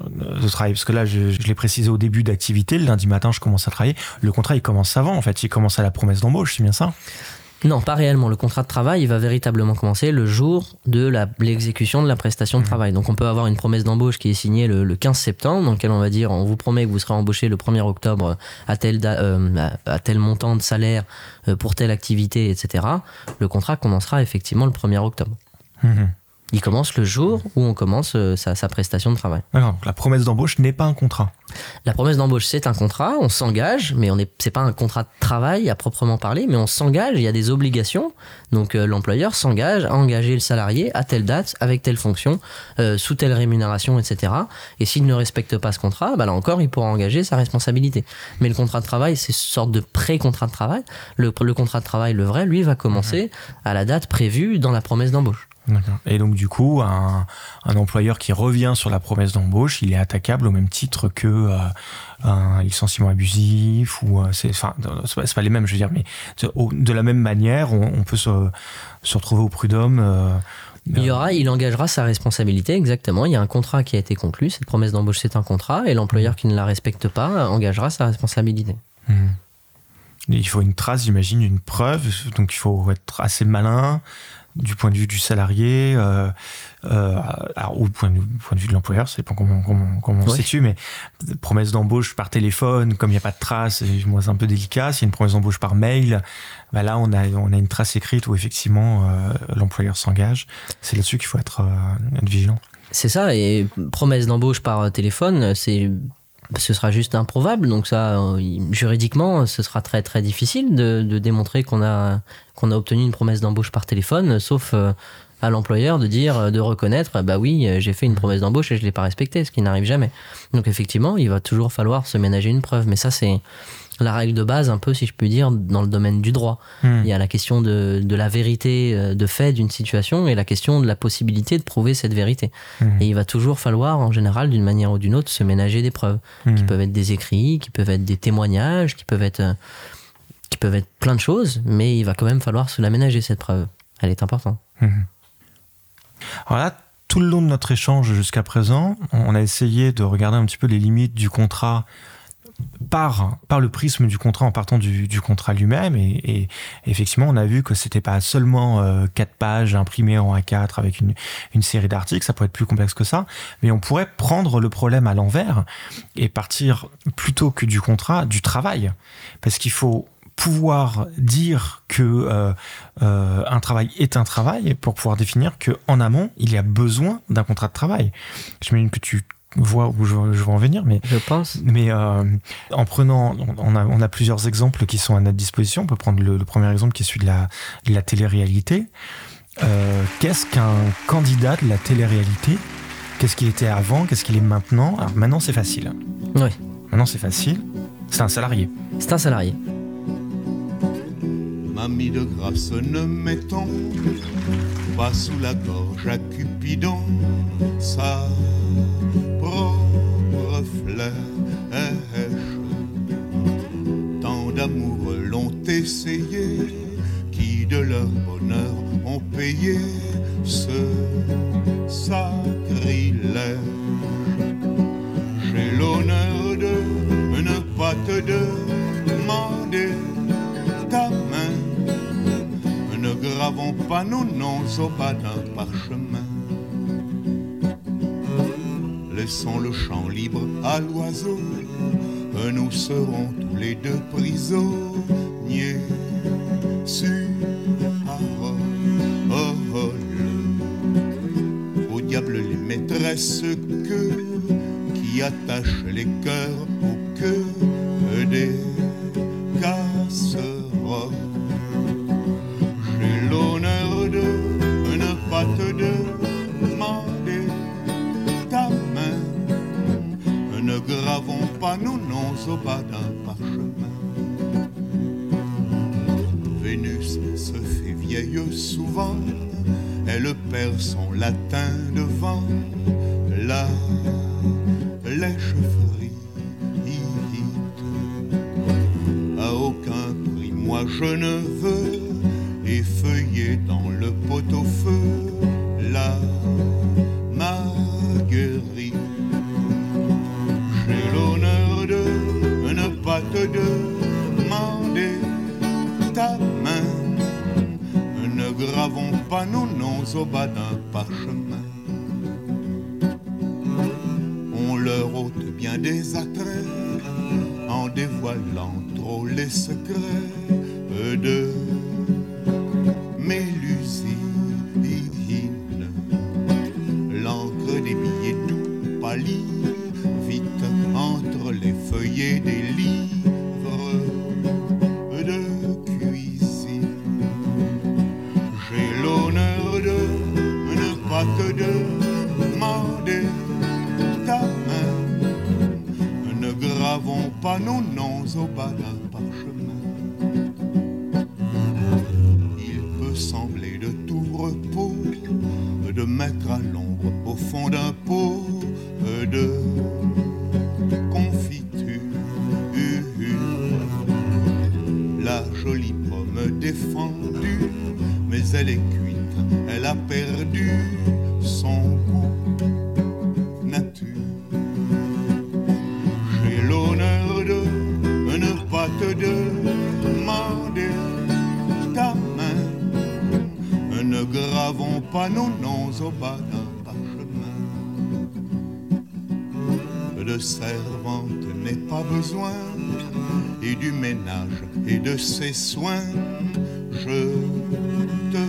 de travail ? Parce que là, je, je l'ai précisé au début d'activité, le lundi matin, je commence à travailler. Le contrat, il commence avant, en fait. Il commence à la promesse d'embauche, c'est bien ça ? Non, pas réellement. Le contrat de travail, il va véritablement commencer le jour de la, l'exécution de la prestation de mmh. travail. Donc, on peut avoir une promesse d'embauche qui est signée le, le quinze septembre, dans laquelle on va dire, on vous promet que vous serez embauché le premier octobre à tel, euh, à tel montant de salaire pour telle activité, et cetera. Le contrat commencera effectivement le premier octobre. Mmh. Il commence le jour où on commence euh, sa, sa prestation de travail. D'accord, donc la promesse d'embauche n'est pas un contrat. La promesse d'embauche, c'est un contrat, on s'engage, mais on est, c'est pas un contrat de travail à proprement parler, mais on s'engage, il y a des obligations. Donc euh, l'employeur s'engage à engager le salarié à telle date, avec telle fonction, euh, sous telle rémunération, et cetera. Et s'il ne respecte pas ce contrat, bah là encore, il pourra engager sa responsabilité. Mais le contrat de travail, c'est une sorte de pré-contrat de travail. Le, le contrat de travail, le vrai, lui, va commencer mmh. à la date prévue dans la promesse d'embauche. D'accord. Et donc du coup, un, un employeur qui revient sur la promesse d'embauche, il est attaquable au même titre que euh, un licenciement abusif ou euh, c'est, enfin, c'est pas, c'est pas les mêmes, je veux dire, mais de la même manière, on, on peut se, se retrouver au prud'homme. Euh, il y aura, il engagera sa responsabilité, exactement. Il y a un contrat qui a été conclu. Cette promesse d'embauche, c'est un contrat, et l'employeur mmh. qui ne la respecte pas engagera sa responsabilité. Mmh. Il faut une trace, j'imagine, une preuve. Donc il faut être assez malin du point de vue du salarié, euh, euh, alors, ou du point de, point de vue de l'employeur, ça dépend comment, comment, comment on se situe, mais promesse d'embauche par téléphone, comme il n'y a pas de trace, moi c'est un peu délicat. S'il y a une promesse d'embauche par mail, bah là on a, on a une trace écrite où effectivement euh, l'employeur s'engage. C'est là-dessus qu'il faut être, euh, être vigilant. C'est ça, et promesse d'embauche par téléphone, c'est... ce sera juste improbable, donc ça, juridiquement, ce sera très très difficile de, de démontrer qu'on a, qu'on a obtenu une promesse d'embauche par téléphone, sauf à l'employeur de dire, de reconnaître, bah oui, j'ai fait une promesse d'embauche et je ne l'ai pas respectée, ce qui n'arrive jamais. Donc effectivement, il va toujours falloir se ménager une preuve, mais ça c'est la règle de base, un peu, si je peux dire, dans le domaine du droit. Mmh. Il y a la question de, de la vérité de fait d'une situation et la question de la possibilité de prouver cette vérité. Mmh. Et il va toujours falloir, en général, d'une manière ou d'une autre, se ménager des preuves, mmh. qui peuvent être des écrits, qui peuvent être des témoignages, qui peuvent être, qui peuvent être plein de choses, mais il va quand même falloir se l'aménager, cette preuve. Elle est importante. Mmh. Alors là, tout le long de notre échange jusqu'à présent, on a essayé de regarder un petit peu les limites du contrat Par, par le prisme du contrat, en partant du, du contrat lui-même, et, et effectivement on a vu que c'était pas seulement euh, quatre pages imprimées en A quatre avec une, une série d'articles, ça pourrait être plus complexe que ça, mais on pourrait prendre le problème à l'envers et partir plutôt que du contrat, du travail, parce qu'il faut pouvoir dire que euh, euh, un travail est un travail pour pouvoir définir que en amont il y a besoin d'un contrat de travail. J'imagine que tu vois où je, je veux en venir, mais je pense. Mais euh, en prenant, on a, on a plusieurs exemples qui sont à notre disposition. On peut prendre le, le premier exemple qui est celui de la, de la télé-réalité. Euh, qu'est-ce qu'un candidat de la télé-réalité ? Qu'est-ce qu'il était avant ? Qu'est-ce qu'il est maintenant ? Alors maintenant c'est facile. Oui. Maintenant c'est facile. C'est un salarié. C'est un salarié. Mamie de grâce, ne mettons pas sous la gorge à Cupidon sa propre flèche. Tant d'amoureux l'ont essayé, qui de leur bonheur ont payé ce sacrilège. J'ai l'honneur de ne pas te demander ta main. Ne gravons pas nos noms au bas d'un parchemin. Laissons le champ libre à l'oiseau, nous serons tous les deux prisonniers sur parole. Au diable les maîtresses que qui attachent les cœurs au queue des casseroles. J'ai l'honneur de ne pas te demander ta main. Ne gravons pas nos noms au bas d'un parchemin. Vénus se fait vieille souvent, elle perd son latin devant la lèche-frite. À aucun prix, moi je ne veux effeuiller dans le pot-au-feu la marguerite. J'ai l'honneur de ne pas te demander ta main. Ne gravons pas nos noms au bas d'un parchemin. On leur ôte bien des attraits en dévoilant trop les secrets de Mélusine. pas te demander ta main. Ne gravons pas nos noms au bas d'un parchemin. Il peut sembler de tout repos de mettre à l'ombre au fond d'un pot de confiture la jolie pomme défendue, mais elle est cuite, elle a perdu son goût nature. J'ai l'honneur de ne pas te demander ta main. Ne gravons pas nos noms au bas d'un parchemin. De servante n'est pas besoin, et du ménage et de ses soins. Je te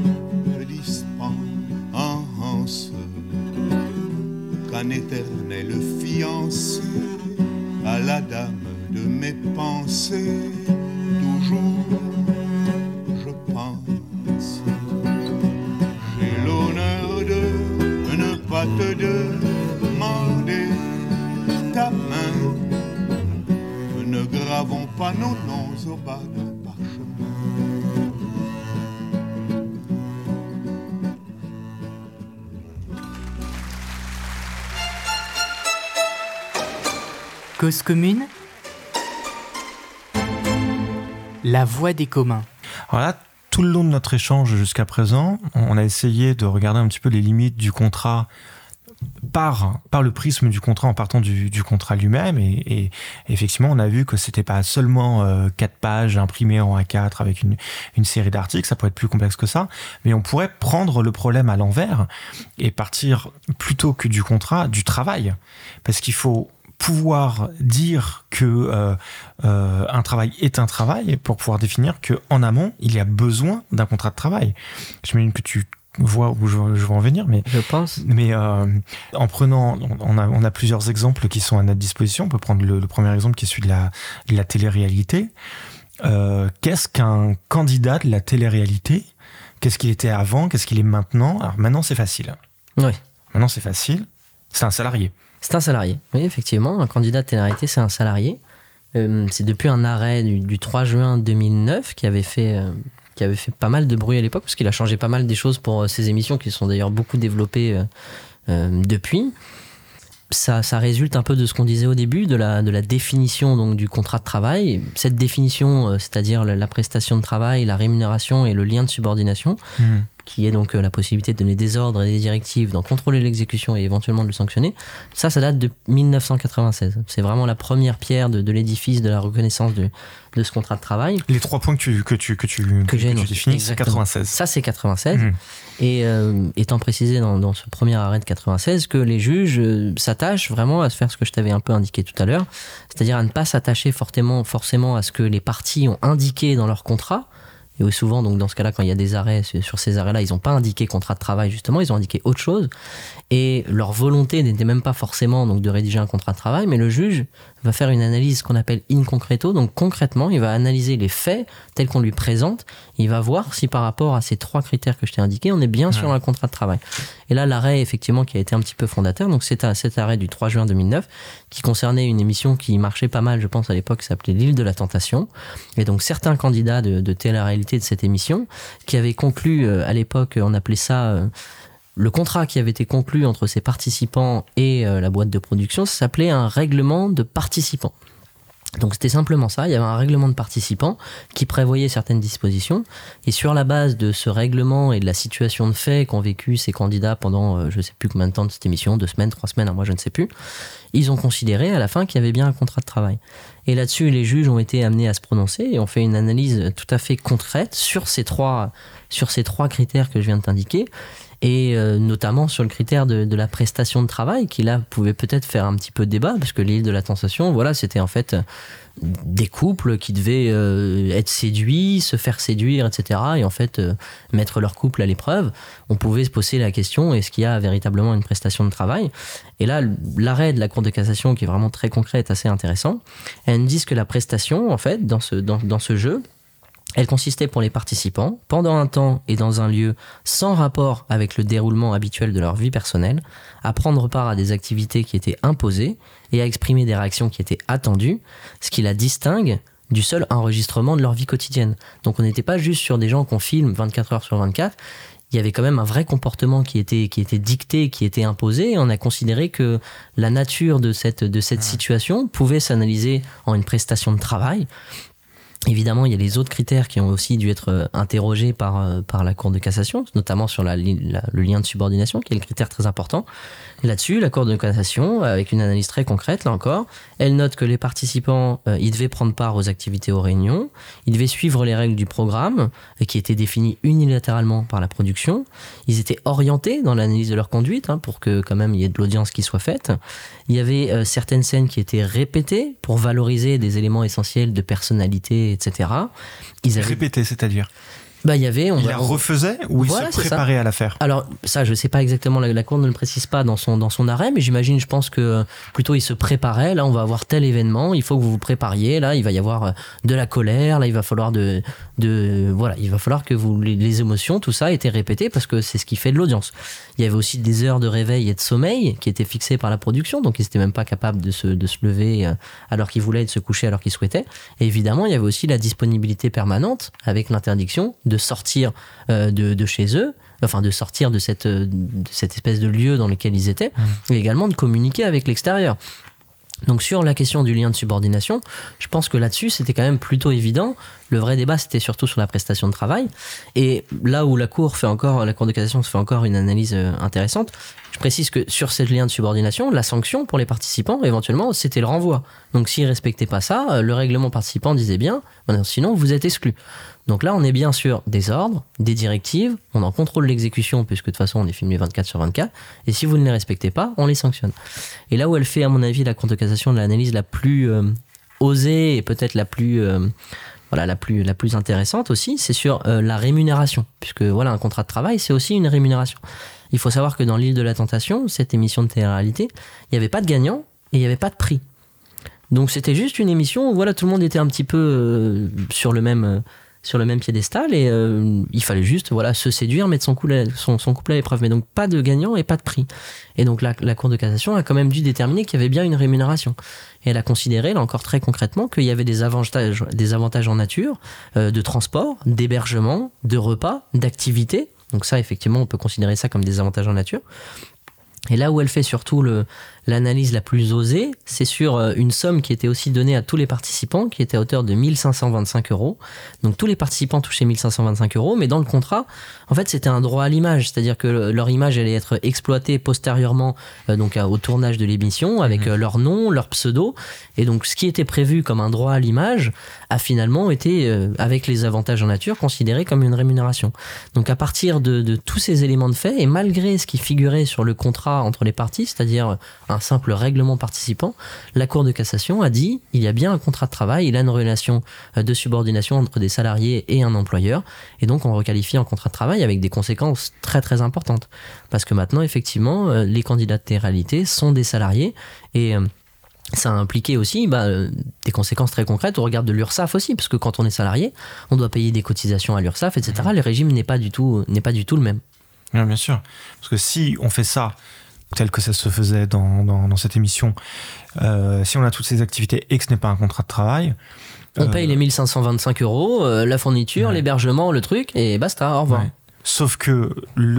dispense qu'un éternel fiancé à la dame de mes pensées. Toujours je pense. J'ai l'honneur de ne pas te demander ta main. Ne gravons pas nos noms au bas d'un parchemin. Cause commune, la voix des communs. Voilà, tout le long de notre échange jusqu'à présent, on a essayé de regarder un petit peu les limites du contrat par, par le prisme du contrat en partant du, du contrat lui-même et, et effectivement on a vu que c'était pas seulement euh, quatre pages imprimées en A quatre avec une, une série d'articles, ça pourrait être plus complexe que ça, mais on pourrait prendre le problème à l'envers et partir plutôt que du contrat, du travail, parce qu'il faut pouvoir dire que euh, euh, un travail est un travail pour pouvoir définir qu'en amont il y a besoin d'un contrat de travail. J'imagine que tu vois où je, je veux en venir, mais je pense. Mais euh, en prenant, on a, on a plusieurs exemples qui sont à notre disposition. On peut prendre le, le premier exemple qui est celui de la, de la télé-réalité. Euh, qu'est-ce qu'un candidat de la télé-réalité ? Qu'est-ce qu'il était avant ? Qu'est-ce qu'il est maintenant ? Alors maintenant c'est facile. Oui. Maintenant c'est facile. C'est un salarié. C'est un salarié. Oui, effectivement, un candidat de télé-réalité, c'est un salarié. Euh, c'est depuis un arrêt du, du trois juin deux mille neuf qui avait fait. Euh, qui avait fait pas mal de bruit à l'époque, parce qu'il a changé pas mal des choses pour ses émissions, qui sont d'ailleurs beaucoup développées euh, euh, depuis. Ça, ça résulte un peu de ce qu'on disait au début, de la, de la définition donc, du contrat de travail. Cette définition, euh, c'est-à-dire la, la prestation de travail, la rémunération et le lien de subordination, mmh. qui est donc euh, la possibilité de donner des ordres et des directives, d'en contrôler l'exécution et éventuellement de le sanctionner, ça, ça date de dix-neuf cent quatre-vingt-seize. C'est vraiment la première pierre de, de l'édifice de la reconnaissance de, de ce contrat de travail. Les trois points que tu, que tu, que tu, que, que, que tu définis, c'est quatre-vingt-seize. Ça, c'est quatre-vingt-seize. Mmh. Et euh, étant précisé dans, dans ce premier arrêt de quatre-vingt-seize que les juges euh, s'attachent vraiment à se faire ce que je t'avais un peu indiqué tout à l'heure, c'est-à-dire à ne pas s'attacher forcément, forcément à ce que les parties ont indiqué dans leur contrat. Et souvent, donc, dans ce cas-là, quand il y a des arrêts, sur ces arrêts-là, ils n'ont pas indiqué contrat de travail, justement, ils ont indiqué autre chose. Et leur volonté n'était même pas forcément donc, de rédiger un contrat de travail, mais le juge va faire une analyse qu'on appelle in concreto. Donc concrètement, il va analyser les faits tels qu'on lui présente. Il va voir si par rapport à ces trois critères que je t'ai indiqués, on est bien ouais. sur un contrat de travail. Et là, l'arrêt, effectivement, qui a été un petit peu fondateur, donc c'est cet arrêt du trois juin deux mille neuf, qui concernait une émission qui marchait pas mal, je pense, à l'époque, qui s'appelait L'île de la Tentation. Et donc certains candidats de, de télé-réalité de cette émission, qui avaient conclu, euh, à l'époque, on appelait ça... Euh, le contrat qui avait été conclu entre ces participants et euh, la boîte de production, ça s'appelait un règlement de participants. Donc c'était simplement ça, il y avait un règlement de participants qui prévoyait certaines dispositions, et sur la base de ce règlement et de la situation de fait qu'ont vécu ces candidats pendant euh, je ne sais plus combien de temps de cette émission, deux semaines, trois semaines, un mois, je ne sais plus, ils ont considéré à la fin qu'il y avait bien un contrat de travail. Et là-dessus, les juges ont été amenés à se prononcer et ont fait une analyse tout à fait concrète sur ces trois, sur ces trois critères que je viens de t'indiquer, et euh, notamment sur le critère de, de la prestation de travail, qui là pouvait peut-être faire un petit peu débat, parce que l'île de la tentation, voilà, c'était en fait des couples qui devaient euh, être séduits, se faire séduire, et cetera, et en fait euh, mettre leur couple à l'épreuve. On pouvait se poser la question, est-ce qu'il y a véritablement une prestation de travail ? Et là, l'arrêt de la Cour de cassation, qui est vraiment très concret, est assez intéressant. Elles nous disent que la prestation, en fait, dans ce, dans, dans ce jeu, Elle consistait pour les participants, pendant un temps et dans un lieu sans rapport avec le déroulement habituel de leur vie personnelle, à prendre part à des activités qui étaient imposées et à exprimer des réactions qui étaient attendues, ce qui la distingue du seul enregistrement de leur vie quotidienne. Donc on n'était pas juste sur des gens qu'on filme vingt-quatre heures sur vingt-quatre, il y avait quand même un vrai comportement qui était, qui était dicté, qui était imposé, et on a considéré que la nature de cette, de cette situation pouvait s'analyser en une prestation de travail. Évidemment, il y a les autres critères qui ont aussi dû être interrogés par, par la Cour de cassation, notamment sur la, la, le lien de subordination, qui est le critère très important. Là-dessus, la Cour de cassation, avec une analyse très concrète, là encore, elle note que les participants, euh, ils devaient prendre part aux activités, aux réunions, ils devaient suivre les règles du programme, euh, qui étaient définies unilatéralement par la production, ils étaient orientés dans l'analyse de leur conduite, hein, pour que quand même il y ait de l'audience qui soit faite. Il y avait euh, certaines scènes qui étaient répétées pour valoriser des éléments essentiels de personnalité, et cetera. Ils avaient... Répétées, c'est-à-dire Bah, il y avait, on il va, la on... refaisait ou Voilà, il se préparait à la faire? Alors ça, je sais pas exactement, la, la Cour ne le précise pas dans son, dans son arrêt, mais j'imagine, je pense que plutôt il se préparait, là on va avoir tel événement, il faut que vous vous prépariez, là il va y avoir de la colère, là il va falloir de... de voilà, il va falloir que vous, les, les émotions, tout ça était répété parce que c'est ce qui fait de l'audience. Il y avait aussi des heures de réveil et de sommeil qui étaient fixées par la production, donc ils n'étaient même pas capables de se, de se lever alors qu'ils voulaient et de se coucher alors qu'ils souhaitaient. Et évidemment, il y avait aussi la disponibilité permanente avec l'interdiction de sortir De, de chez eux, enfin de sortir de cette, de cette espèce de lieu dans lequel ils étaient, mmh. et également de communiquer avec l'extérieur. Donc sur la question du lien de subordination, je pense que là-dessus c'était quand même plutôt évident. Le vrai débat c'était surtout sur la prestation de travail, et là où la Cour fait encore, la Cour de cassation fait encore une analyse intéressante, je précise que sur ce lien de subordination, la sanction pour les participants éventuellement c'était le renvoi. Donc s'ils respectaient pas ça, le règlement participant disait bien, sinon vous êtes exclus. Donc là, on est bien sur des ordres, des directives, on en contrôle l'exécution, puisque de toute façon, on est filmé vingt-quatre sur vingt-quatre, et si vous ne les respectez pas, on les sanctionne. Et là où elle fait, à mon avis, la Cour de cassation, l'analyse la plus euh, osée, et peut-être la plus, euh, voilà, la plus, la plus intéressante aussi, c'est sur euh, la rémunération, puisque voilà, un contrat de travail, c'est aussi une rémunération. Il faut savoir que dans l'île de la Tentation, cette émission de télé-réalité, il n'y avait pas de gagnant, et il n'y avait pas de prix. Donc c'était juste une émission où voilà, tout le monde était un petit peu euh, sur le même... Euh, sur le même piédestal, et euh, il fallait juste voilà, se séduire, mettre son couple, à, son, son couple à l'épreuve, mais donc pas de gagnant et pas de prix. Et donc la, la Cour de cassation a quand même dû déterminer qu'il y avait bien une rémunération. Et elle a considéré, là encore très concrètement, qu'il y avait des avantages, des avantages en nature, euh, de transport, d'hébergement, de repas, d'activité. Donc ça, effectivement, on peut considérer ça comme des avantages en nature. Et là où elle fait surtout le, l'analyse la plus osée, c'est sur une somme qui était aussi donnée à tous les participants, qui était à hauteur de mille cinq cent vingt-cinq euros. Donc tous les participants touchaient mille cinq cent vingt-cinq euros, mais dans le contrat, en fait, c'était un droit à l'image, c'est-à-dire que leur image allait être exploitée postérieurement euh, donc, au tournage de l'émission, avec mmh. leur nom, leur pseudo. Et donc ce qui était prévu comme un droit à l'image a finalement été, euh, avec les avantages en nature, considéré comme une rémunération. Donc à partir de, de tous ces éléments de fait, et malgré ce qui figurait sur le contrat entre les parties, c'est-à-dire un simple règlement participant, la Cour de cassation a dit il y a bien un contrat de travail, il y a une relation de subordination entre des salariés et un employeur, et donc on requalifie en contrat de travail avec des conséquences très très importantes. Parce que maintenant, effectivement, les candidats de télé-réalité sont des salariés, et ça a impliqué aussi bah, des conséquences très concrètes au regard de l'URSSAF aussi, parce que quand on est salarié, on doit payer des cotisations à l'URSSAF, et cetera. Mmh. Le régime n'est pas du tout, n'est pas du tout le même. Oui, bien sûr. Parce que si on fait ça tel que ça se faisait dans, dans, dans cette émission, euh, si on a toutes ces activités et que ce n'est pas un contrat de travail... On euh, paye les mille cinq cent vingt-cinq euros, euh, la fourniture, ouais. l'hébergement, le truc, et basta, au revoir. Ouais. Sauf que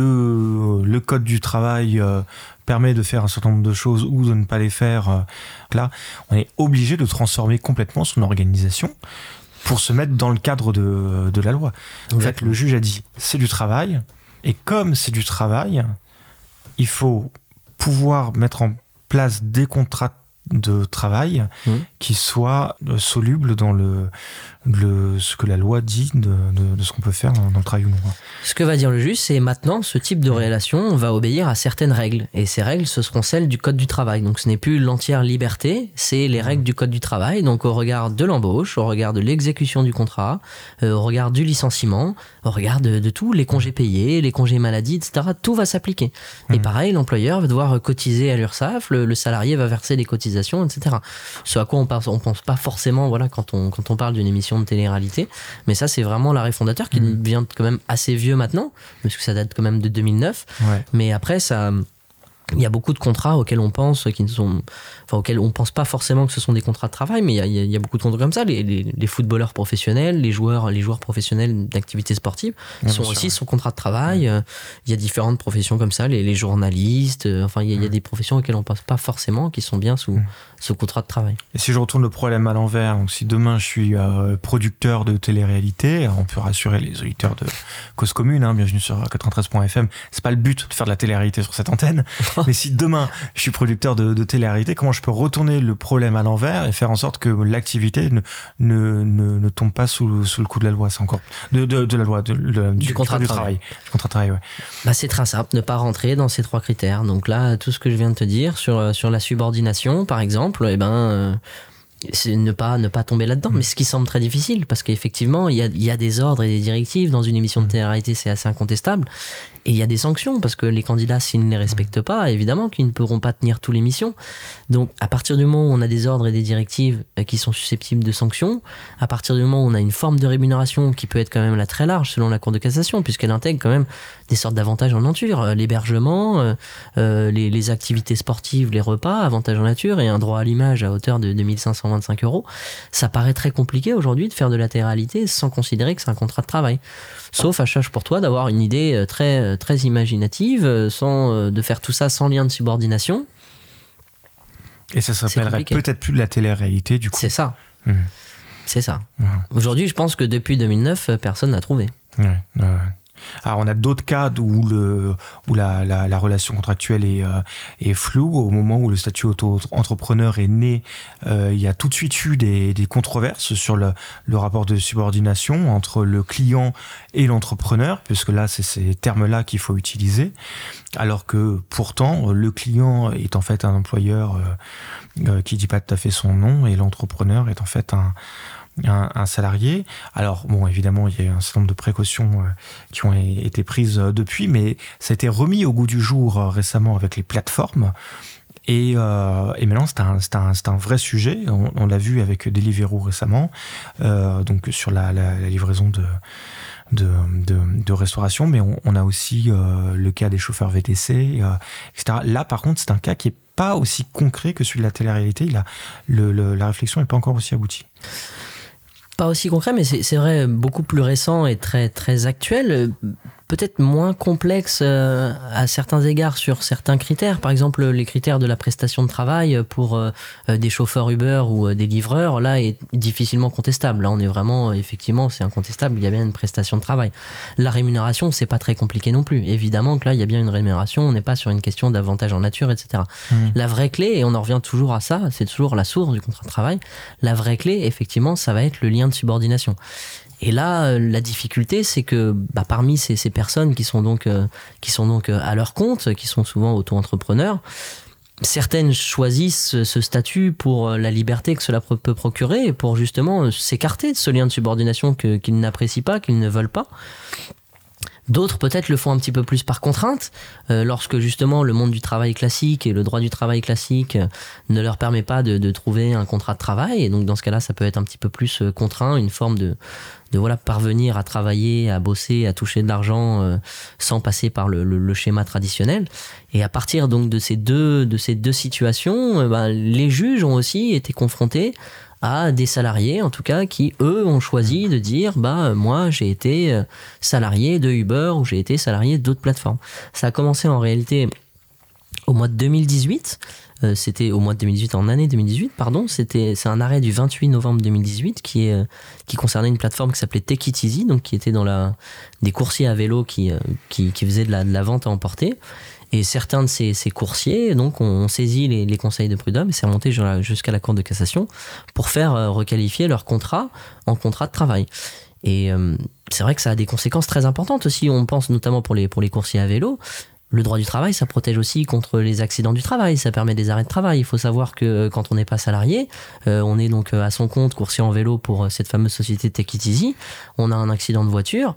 le, le code du travail euh, permet de faire un certain nombre de choses ou de ne pas les faire. Euh, là, on est obligé de transformer complètement son organisation pour se mettre dans le cadre de, de la loi. En fait, le juge a dit, c'est du travail, et comme c'est du travail, il faut pouvoir mettre en place des contrats de travail mmh. qui soient solubles dans le, le, ce que la loi dit de, de, de ce qu'on peut faire dans, dans le travail ou non. Ce que va dire le juge, c'est maintenant, ce type de relation va obéir à certaines règles. Et ces règles, ce seront celles du Code du travail. Donc ce n'est plus l'entière liberté, c'est les règles du Code du travail. Donc au regard de l'embauche, au regard de l'exécution du contrat, euh, au regard du licenciement, au regard de, de tout, les congés payés, les congés maladie, et cetera. Tout va s'appliquer. Mmh. Et pareil, l'employeur va devoir cotiser à l'URSSAF, le, le salarié va verser des cotisations, et cetera. Ce à quoi on pense, on pense pas forcément, voilà, quand on, quand on parle d'une émission émissions de télé-réalité. Mais ça, c'est vraiment l'arrêt fondateur qui mmh. devient quand même assez vieux maintenant, parce que ça date quand même de deux mille neuf. Ouais. Mais après, ça... Il y a beaucoup de contrats auxquels on pense, qui ne sont, enfin, auxquels on pense pas forcément que ce sont des contrats de travail, mais il y a, il y a beaucoup de contrats comme ça. Les, les, les footballeurs professionnels, les joueurs, les joueurs professionnels d'activités sportives ouais, sont aussi sûr. sous contrat de travail. Ouais. Il y a différentes professions comme ça, les, les journalistes. Enfin, il y, a, il y a des professions auxquelles on pense pas forcément, qui sont bien sous, ouais. sous contrat de travail. Et si je retourne le problème à l'envers, donc si demain je suis euh, producteur de télé-réalité, on peut rassurer les auditeurs de Cause Commune, hein, bienvenue sur quatre-vingt-treize point F M. C'est pas le but de faire de la télé-réalité sur cette antenne. Mais si demain je suis producteur de, de télé-réalité, comment je peux retourner le problème à l'envers et faire en sorte que l'activité ne, ne, ne, ne tombe pas sous, sous le coup de la loi? C'est encore de, de, de la loi, de, de, du, du contrat de travail. travail. Du contrat de travail, ouais. Bah, c'est très simple, ne pas rentrer dans ces trois critères. Donc là, tout ce que je viens de te dire sur, sur la subordination, par exemple, eh ben, euh, c'est ne pas, ne pas tomber là-dedans. Mmh. Mais ce qui semble très difficile, parce qu'effectivement, il y a, il y a des ordres et des directives dans une émission de télé-réalité, c'est assez incontestable. Et il y a des sanctions, parce que les candidats, s'ils ne les respectent pas, évidemment qu'ils ne pourront pas tenir tous les missions. Donc, à partir du moment où on a des ordres et des directives qui sont susceptibles de sanctions, à partir du moment où on a une forme de rémunération qui peut être quand même là très large, selon la Cour de cassation, puisqu'elle intègre quand même des sortes d'avantages en nature, l'hébergement, euh, euh, les, les activités sportives, les repas, avantages en nature, et un droit à l'image à hauteur de deux mille cinq cent vingt-cinq euros. Ça paraît très compliqué aujourd'hui de faire de la télé-réalité sans considérer que c'est un contrat de travail. Sauf à charge pour toi d'avoir une idée très, très imaginative, sans, de faire tout ça sans lien de subordination. Et ça s'appellerait peut-être plus de la télé-réalité, du coup. C'est ça. Mmh. C'est ça. Mmh. Aujourd'hui, je pense que depuis deux mille neuf, personne n'a trouvé. Ouais, ouais. Alors, on a d'autres cas où, le, où la, la, la relation contractuelle est, euh, est floue. Au moment où le statut auto-entrepreneur est né, euh, il y a tout de suite eu des, des controverses sur le, le rapport de subordination entre le client et l'entrepreneur, puisque là, c'est ces termes-là qu'il faut utiliser. Alors que pourtant, le client est en fait un employeur euh, euh, qui dit pas tout à fait son nom, et l'entrepreneur est en fait un... Un, un salarié. Alors, bon, évidemment, il y a un certain nombre de précautions euh, qui ont été prises euh, depuis, mais ça a été remis au goût du jour euh, récemment avec les plateformes. Et, euh, et maintenant, c'est un, c'est, un, c'est un vrai sujet. On, on l'a vu avec Deliveroo récemment, euh, donc sur la, la, la livraison de, de, de, de restauration, mais on, on a aussi euh, le cas des chauffeurs V T C, euh, et cetera. Là, par contre, c'est un cas qui est pas aussi concret que celui de la télé-réalité. Il a, le, le, la réflexion n'est pas encore aussi aboutie. Pas aussi concret, mais c'est, c'est vrai, beaucoup plus récent et très, très actuel. Peut-être moins complexe euh, à certains égards sur certains critères. Par exemple, les critères de la prestation de travail pour euh, des chauffeurs Uber ou euh, des livreurs, là, est difficilement contestable. Là, on est vraiment, effectivement, c'est incontestable, il y a bien une prestation de travail. La rémunération, c'est pas très compliqué non plus. Évidemment que là, il y a bien une rémunération, on n'est pas sur une question d'avantage en nature, et cetera. Mmh. La vraie clé, et on en revient toujours à ça, c'est toujours la source du contrat de travail, la vraie clé, effectivement, ça va être le lien de subordination. Et là, la difficulté, c'est que bah, parmi ces, ces personnes qui sont donc, euh, qui sont donc euh, à leur compte, qui sont souvent auto-entrepreneurs, certaines choisissent ce statut pour la liberté que cela peut procurer et pour justement s'écarter de ce lien de subordination que, qu'ils n'apprécient pas, qu'ils ne veulent pas. D'autres peut-être le font un petit peu plus par contrainte, euh, lorsque justement le monde du travail classique et le droit du travail classique euh, ne leur permet pas de, de trouver un contrat de travail. Et donc dans ce cas-là, ça peut être un petit peu plus euh, contraint, une forme de, de voilà, parvenir à travailler, à bosser, à toucher de l'argent euh, sans passer par le, le, le schéma traditionnel. Et à partir donc de ces deux, de ces deux situations, euh, ben, les juges ont aussi été confrontés à des salariés, en tout cas, qui, eux, ont choisi de dire, bah, moi, j'ai été salarié de Uber ou j'ai été salarié d'autres plateformes. Ça a commencé en réalité au mois de deux mille dix-huit. Euh, c'était au mois de deux mille dix-huit, en année deux mille dix-huit, pardon. C'était, c'est un arrêt du vingt-huit novembre deux mille dix-huit qui, est, qui concernait une plateforme qui s'appelait Take It Easy, donc qui était dans la, des coursiers à vélo qui, qui, qui faisaient de la, de la vente à emporter. Et certains de ces, ces coursiers donc, ont saisi les, les conseils de prud'homme et c'est remonté jusqu'à la Cour de cassation pour faire euh, requalifier leur contrat en contrat de travail. Et euh, c'est vrai que ça a des conséquences très importantes aussi. On pense notamment pour les, pour les coursiers à vélo. Le droit du travail, ça protège aussi contre les accidents du travail, ça permet des arrêts de travail. Il faut savoir que quand on n'est pas salarié, euh, on est donc à son compte, coursier en vélo pour cette fameuse société Take It Easy, on a un accident de voiture,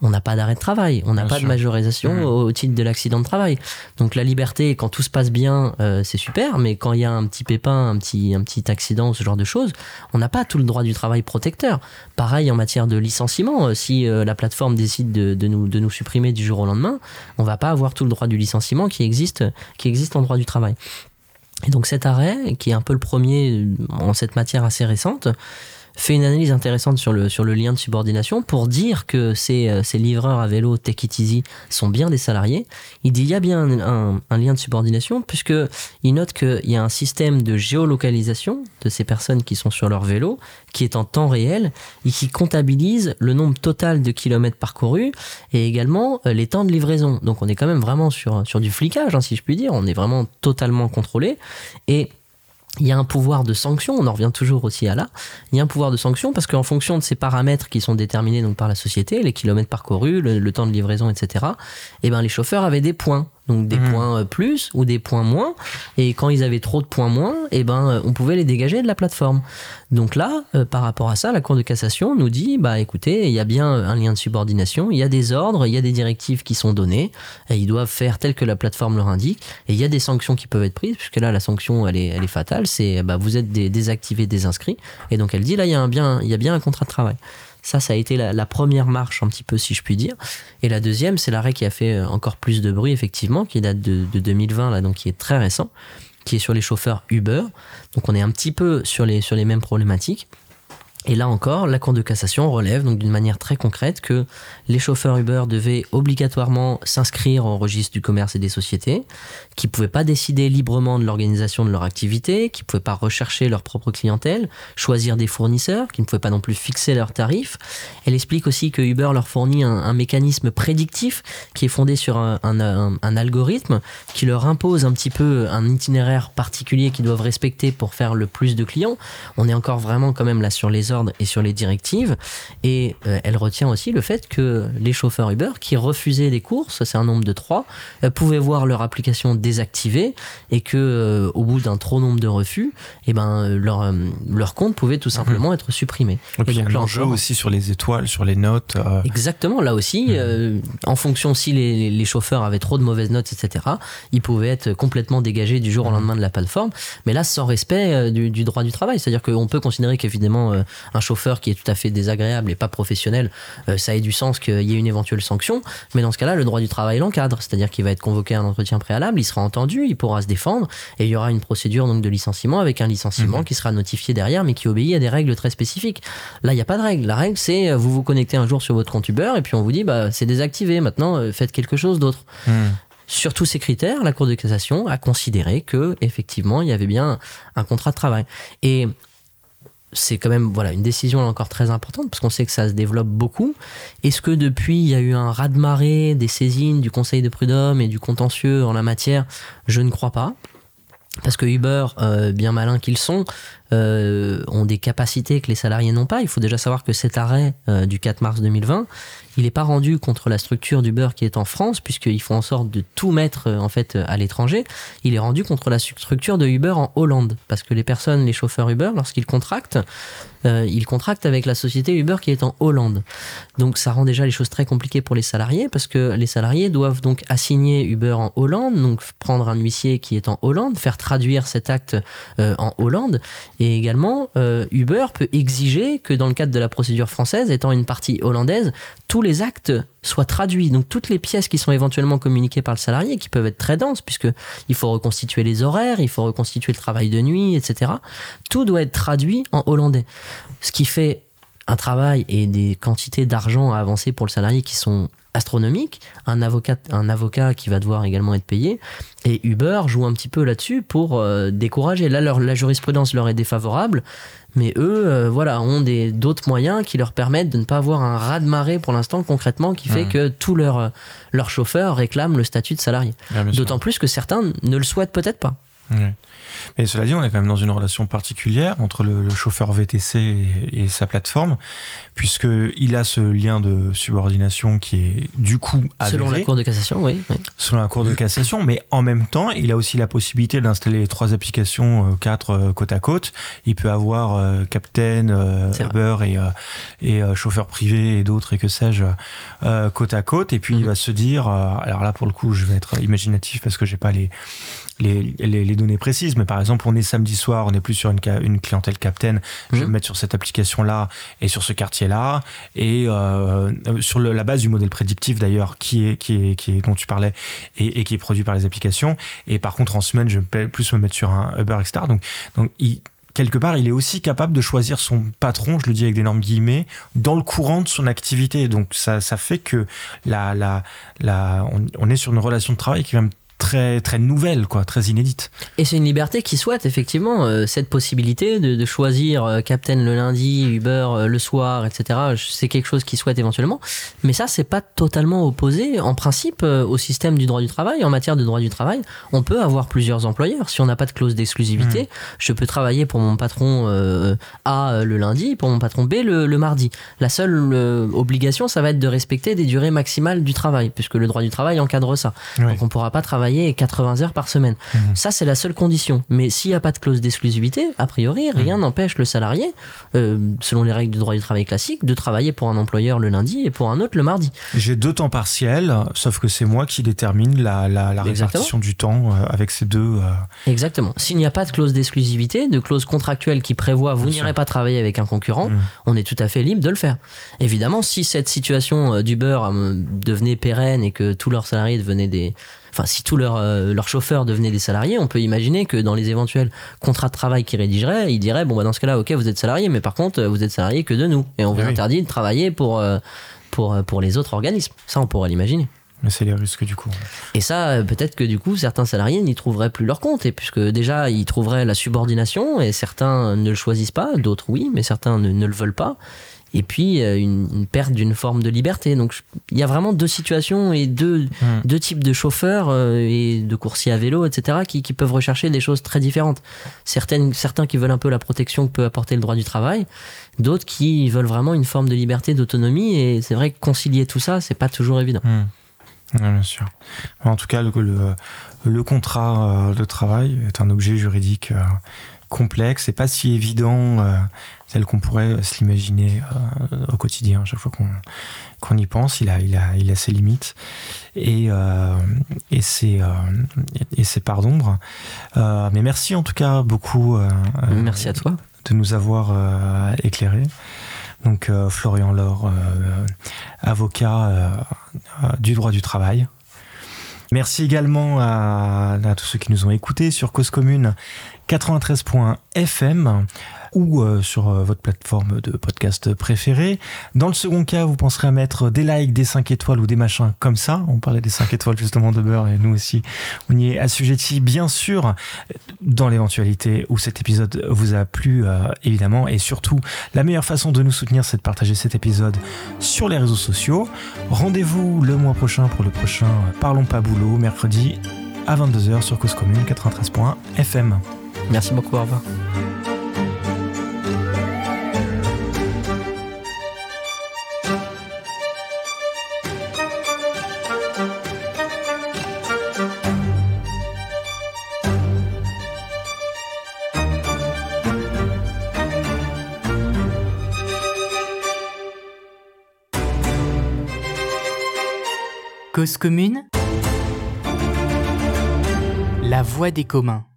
on n'a pas d'arrêt de travail, on n'a Bien pas sûr. de majorisation Mmh. au, au titre de l'accident de travail. Donc la liberté, quand tout se passe bien, euh, c'est super, mais quand il y a un petit pépin, un petit, un petit accident, ce genre de choses, on n'a pas tout le droit du travail protecteur. Pareil en matière de licenciement, euh, si euh, la plateforme décide de, de, nous, de nous supprimer du jour au lendemain, on va pas avoir tout le droit du licenciement qui existe, qui existe en droit du travail. Et donc cet arrêt, qui est un peu le premier en cette matière assez récente, fait une analyse intéressante sur le, sur le lien de subordination pour dire que ces, ces livreurs à vélo Take It Easy sont bien des salariés. Il dit qu'il y a bien un, un, un lien de subordination puisqu'il note qu'il y a un système de géolocalisation de ces personnes qui sont sur leur vélo qui est en temps réel et qui comptabilise le nombre total de kilomètres parcourus et également les temps de livraison. Donc on est quand même vraiment sur, sur du flicage, hein, si je puis dire. On est vraiment totalement contrôlé et il y a un pouvoir de sanction, on en revient toujours aussi à là, il y a un pouvoir de sanction parce qu'en fonction de ces paramètres qui sont déterminés donc par la société, les kilomètres parcourus, le, le temps de livraison, et cetera, et ben les chauffeurs avaient des points. Donc des mmh. points plus ou des points moins. Et quand ils avaient trop de points moins, eh ben, on pouvait les dégager de la plateforme. Donc là, euh, par rapport à ça, la Cour de cassation nous dit, bah écoutez, il y a bien un lien de subordination, il y a des ordres, il y a des directives qui sont données, et ils doivent faire tel que la plateforme leur indique, et il y a des sanctions qui peuvent être prises, puisque là, la sanction, elle est, elle est fatale, c'est bah, vous êtes des, désactivés, désinscrits, et donc elle dit, là, il y a, un bien, il y a bien un contrat de travail. Ça, ça a été la, la première marche, un petit peu, si je puis dire. Et la deuxième, c'est l'arrêt qui a fait encore plus de bruit, effectivement, qui date de, de deux mille vingt, là, donc qui est très récent, qui est sur les chauffeurs Uber. Donc, on est un petit peu sur les, sur les mêmes problématiques. Et là encore, la Cour de cassation relève donc d'une manière très concrète que les chauffeurs Uber devaient obligatoirement s'inscrire au registre du commerce et des sociétés, qu'ils ne pouvaient pas décider librement de l'organisation de leur activité, qu'ils ne pouvaient pas rechercher leur propre clientèle, choisir des fournisseurs, qu'ils ne pouvaient pas non plus fixer leurs tarifs. Elle explique aussi que Uber leur fournit un, un mécanisme prédictif qui est fondé sur un, un, un, un algorithme qui leur impose un petit peu un itinéraire particulier qu'ils doivent respecter pour faire le plus de clients. On est encore vraiment quand même là sur les ordres et sur les directives, et euh, elle retient aussi le fait que les chauffeurs Uber qui refusaient des courses, c'est un nombre de trois, euh, pouvaient voir leur application désactivée et que euh, au bout d'un trop nombre de refus, et ben leur euh, leur compte pouvait tout simplement mmh. être supprimé. Et puis il y a donc, l'enjeu aussi sur les étoiles, sur les notes. Euh... Exactement, là aussi, mmh. euh, en fonction si les, les chauffeurs avaient trop de mauvaises notes, et cetera, ils pouvaient être complètement dégagés du jour au lendemain de la plateforme, mais là sans respect euh, du, du droit du travail, c'est-à-dire qu'on peut considérer qu'évidemment euh, un chauffeur qui est tout à fait désagréable et pas professionnel, euh, ça ait du sens qu'il y ait une éventuelle sanction, mais dans ce cas-là, le droit du travail l'encadre, c'est-à-dire qu'il va être convoqué à un entretien préalable, il sera entendu, il pourra se défendre, et il y aura une procédure donc de licenciement avec un licenciement mmh. qui sera notifié derrière, mais qui obéit à des règles très spécifiques. Là, il n'y a pas de règle. La règle, c'est vous vous connectez un jour sur votre compte Uber, et puis on vous dit, bah, c'est désactivé, maintenant, euh, faites quelque chose d'autre. Mmh. Sur tous ces critères, la Cour de cassation a considéré que, effectivement, il y avait bien un contrat de travail. Et c'est quand même voilà, une décision là encore très importante parce qu'on sait que ça se développe beaucoup. Est-ce que depuis il y a eu un raz-de-marée des saisines du Conseil de prud'homme et du contentieux en la matière? Je ne crois pas. Parce que Uber, euh, bien malins qu'ils sont, euh, ont des capacités que les salariés n'ont pas. Il faut déjà savoir que cet arrêt euh, du quatre mars deux mille vingt, il n'est pas rendu contre la structure d'Uber qui est en France, puisqu'ils font en sorte de tout mettre euh, en fait à l'étranger. Il est rendu contre la structure de Uber en Hollande, parce que les personnes, les chauffeurs Uber, lorsqu'ils contractent, euh, ils contractent avec la société Uber qui est en Hollande. Donc ça rend déjà les choses très compliquées pour les salariés, parce que les salariés doivent donc assigner Uber en Hollande, donc prendre un huissier qui est en Hollande, faire traduire cet acte euh, en Hollande, et également euh, Uber peut exiger que dans le cadre de la procédure française, étant une partie hollandaise, tous les actes soient traduits. Donc toutes les pièces qui sont éventuellement communiquées par le salarié, qui peuvent être très denses, puisqu'il faut reconstituer les horaires, il faut reconstituer le travail de nuit, et cetera. Tout doit être traduit en hollandais. Ce qui fait un travail et des quantités d'argent à avancer pour le salarié qui sont astronomiques, un avocat, un avocat qui va devoir également être payé, et Uber joue un petit peu là-dessus pour euh, décourager. Là, leur, la jurisprudence leur est défavorable, mais eux, euh, voilà, ont des, d'autres moyens qui leur permettent de ne pas avoir un raz-de-marée pour l'instant concrètement, qui fait mmh. que tous leurs, leurs chauffeurs réclament le statut de salarié. Ah, d'autant sûr. Plus que certains ne le souhaitent peut-être pas. Ouais. Mais cela dit, on est quand même dans une relation particulière entre le, le chauffeur V T C et, et sa plateforme, puisqu'il a ce lien de subordination qui est du coup avéré. Selon la Cour de cassation, oui. oui. Selon la Cour de cassation, mais en même temps, il a aussi la possibilité d'installer les trois applications, euh, quatre euh, côte à côte. Il peut avoir euh, Captain, euh, Uber et, euh, et euh, chauffeur privé et d'autres et que sais-je euh, côte à côte. Et puis mm-hmm. il va se dire, euh, alors là pour le coup, je vais être imaginatif parce que j'ai pas les Les, les, les données précises, mais par exemple on est samedi soir, on n'est plus sur une, une clientèle Captain, mmh. je vais me mettre sur cette application là et sur ce quartier là et euh, sur le, la base du modèle prédictif d'ailleurs qui est, qui est, qui est, dont tu parlais et, et qui est produit par les applications, et par contre en semaine je vais plus me mettre sur un Uber, et cetera. Donc, donc il, quelque part, il est aussi capable de choisir son patron, je le dis avec d'énormes guillemets, dans le courant de son activité. Donc ça, ça fait que la, la, la, on, on est sur une relation de travail qui va me très très nouvelle, quoi, très inédite. Et c'est une liberté qui souhaite effectivement euh, cette possibilité de, de choisir euh, Captain le lundi, Uber euh, le soir, et cetera. C'est quelque chose qu'il souhaite éventuellement, mais ça c'est pas totalement opposé en principe euh, au système du droit du travail. En matière de droit du travail, on peut avoir plusieurs employeurs. Si on n'a pas de clause d'exclusivité, mmh. je peux travailler pour mon patron euh, A le lundi, pour mon patron B le, le mardi. La seule euh, obligation, ça va être de respecter des durées maximales du travail, puisque le droit du travail encadre ça. Oui. Donc on pourra pas travailler quatre-vingts heures par semaine. Mmh. Ça, c'est la seule condition. Mais s'il n'y a pas de clause d'exclusivité, a priori, rien mmh. n'empêche le salarié, euh, selon les règles du droit du travail classique, de travailler pour un employeur le lundi et pour un autre le mardi. J'ai deux temps partiels, sauf que c'est moi qui détermine la, la, la répartition du temps euh, avec ces deux... Euh... Exactement. S'il n'y a pas de clause d'exclusivité, de clause contractuelle qui prévoit vous n'irez pas travailler avec un concurrent, mmh. on est tout à fait libre de le faire. Évidemment, si cette situation d'Uber euh, devenait pérenne et que tous leurs salariés devenaient des... Enfin, si tous leurs euh, leurs chauffeurs devenaient des salariés, on peut imaginer que dans les éventuels contrats de travail qu'ils rédigeraient, ils diraient bon bah dans ce cas-là, ok, vous êtes salarié, mais par contre vous êtes salarié que de nous et on vous oui. interdit de travailler pour euh, pour pour les autres organismes. Ça, on pourrait l'imaginer. Mais c'est les risques du coup. Et ça, peut-être que du coup, certains salariés n'y trouveraient plus leur compte, et puisque déjà ils trouveraient la subordination, et certains ne le choisissent pas, d'autres oui, mais certains ne, ne le veulent pas. Et puis une, une perte d'une forme de liberté. Donc il y a vraiment deux situations et deux, mmh. deux types de chauffeurs euh, et de coursiers à vélo, et cetera, qui, qui peuvent rechercher des choses très différentes. Certaines, certains qui veulent un peu la protection que peut apporter le droit du travail, d'autres qui veulent vraiment une forme de liberté, d'autonomie. Et c'est vrai que concilier tout ça, c'est pas toujours évident. Mmh. Oui, bien sûr. En tout cas, le, le, le contrat de travail est un objet juridique euh, complexe et pas si évident euh, tel qu'on pourrait se l'imaginer euh, au quotidien. Chaque fois qu'on, qu'on y pense, il a, il a, il a ses limites et, euh, et, ses, euh, et ses parts d'ombre. Euh, mais merci en tout cas beaucoup. Euh, merci à toi. De nous avoir euh, éclairés. Donc euh, Florian Laure, euh, avocat euh, euh, du droit du travail. Merci également à, à tous ceux qui nous ont écoutés sur Cause Commune quatre-vingt-treize point F M ou euh, sur euh, votre plateforme de podcast préférée. Dans le second cas, vous penserez à mettre des likes, des cinq étoiles ou des machins comme ça. On parlait des cinq étoiles justement de Beurre et nous aussi, on y est assujettis, bien sûr, dans l'éventualité où cet épisode vous a plu, euh, évidemment. Et surtout, la meilleure façon de nous soutenir, c'est de partager cet épisode sur les réseaux sociaux. Rendez-vous le mois prochain pour le prochain Parlons pas boulot, mercredi à vingt-deux heures sur Cause Commune quatre-vingt-treize point F M. Merci beaucoup, au revoir. Cause Commune, la voix des communs.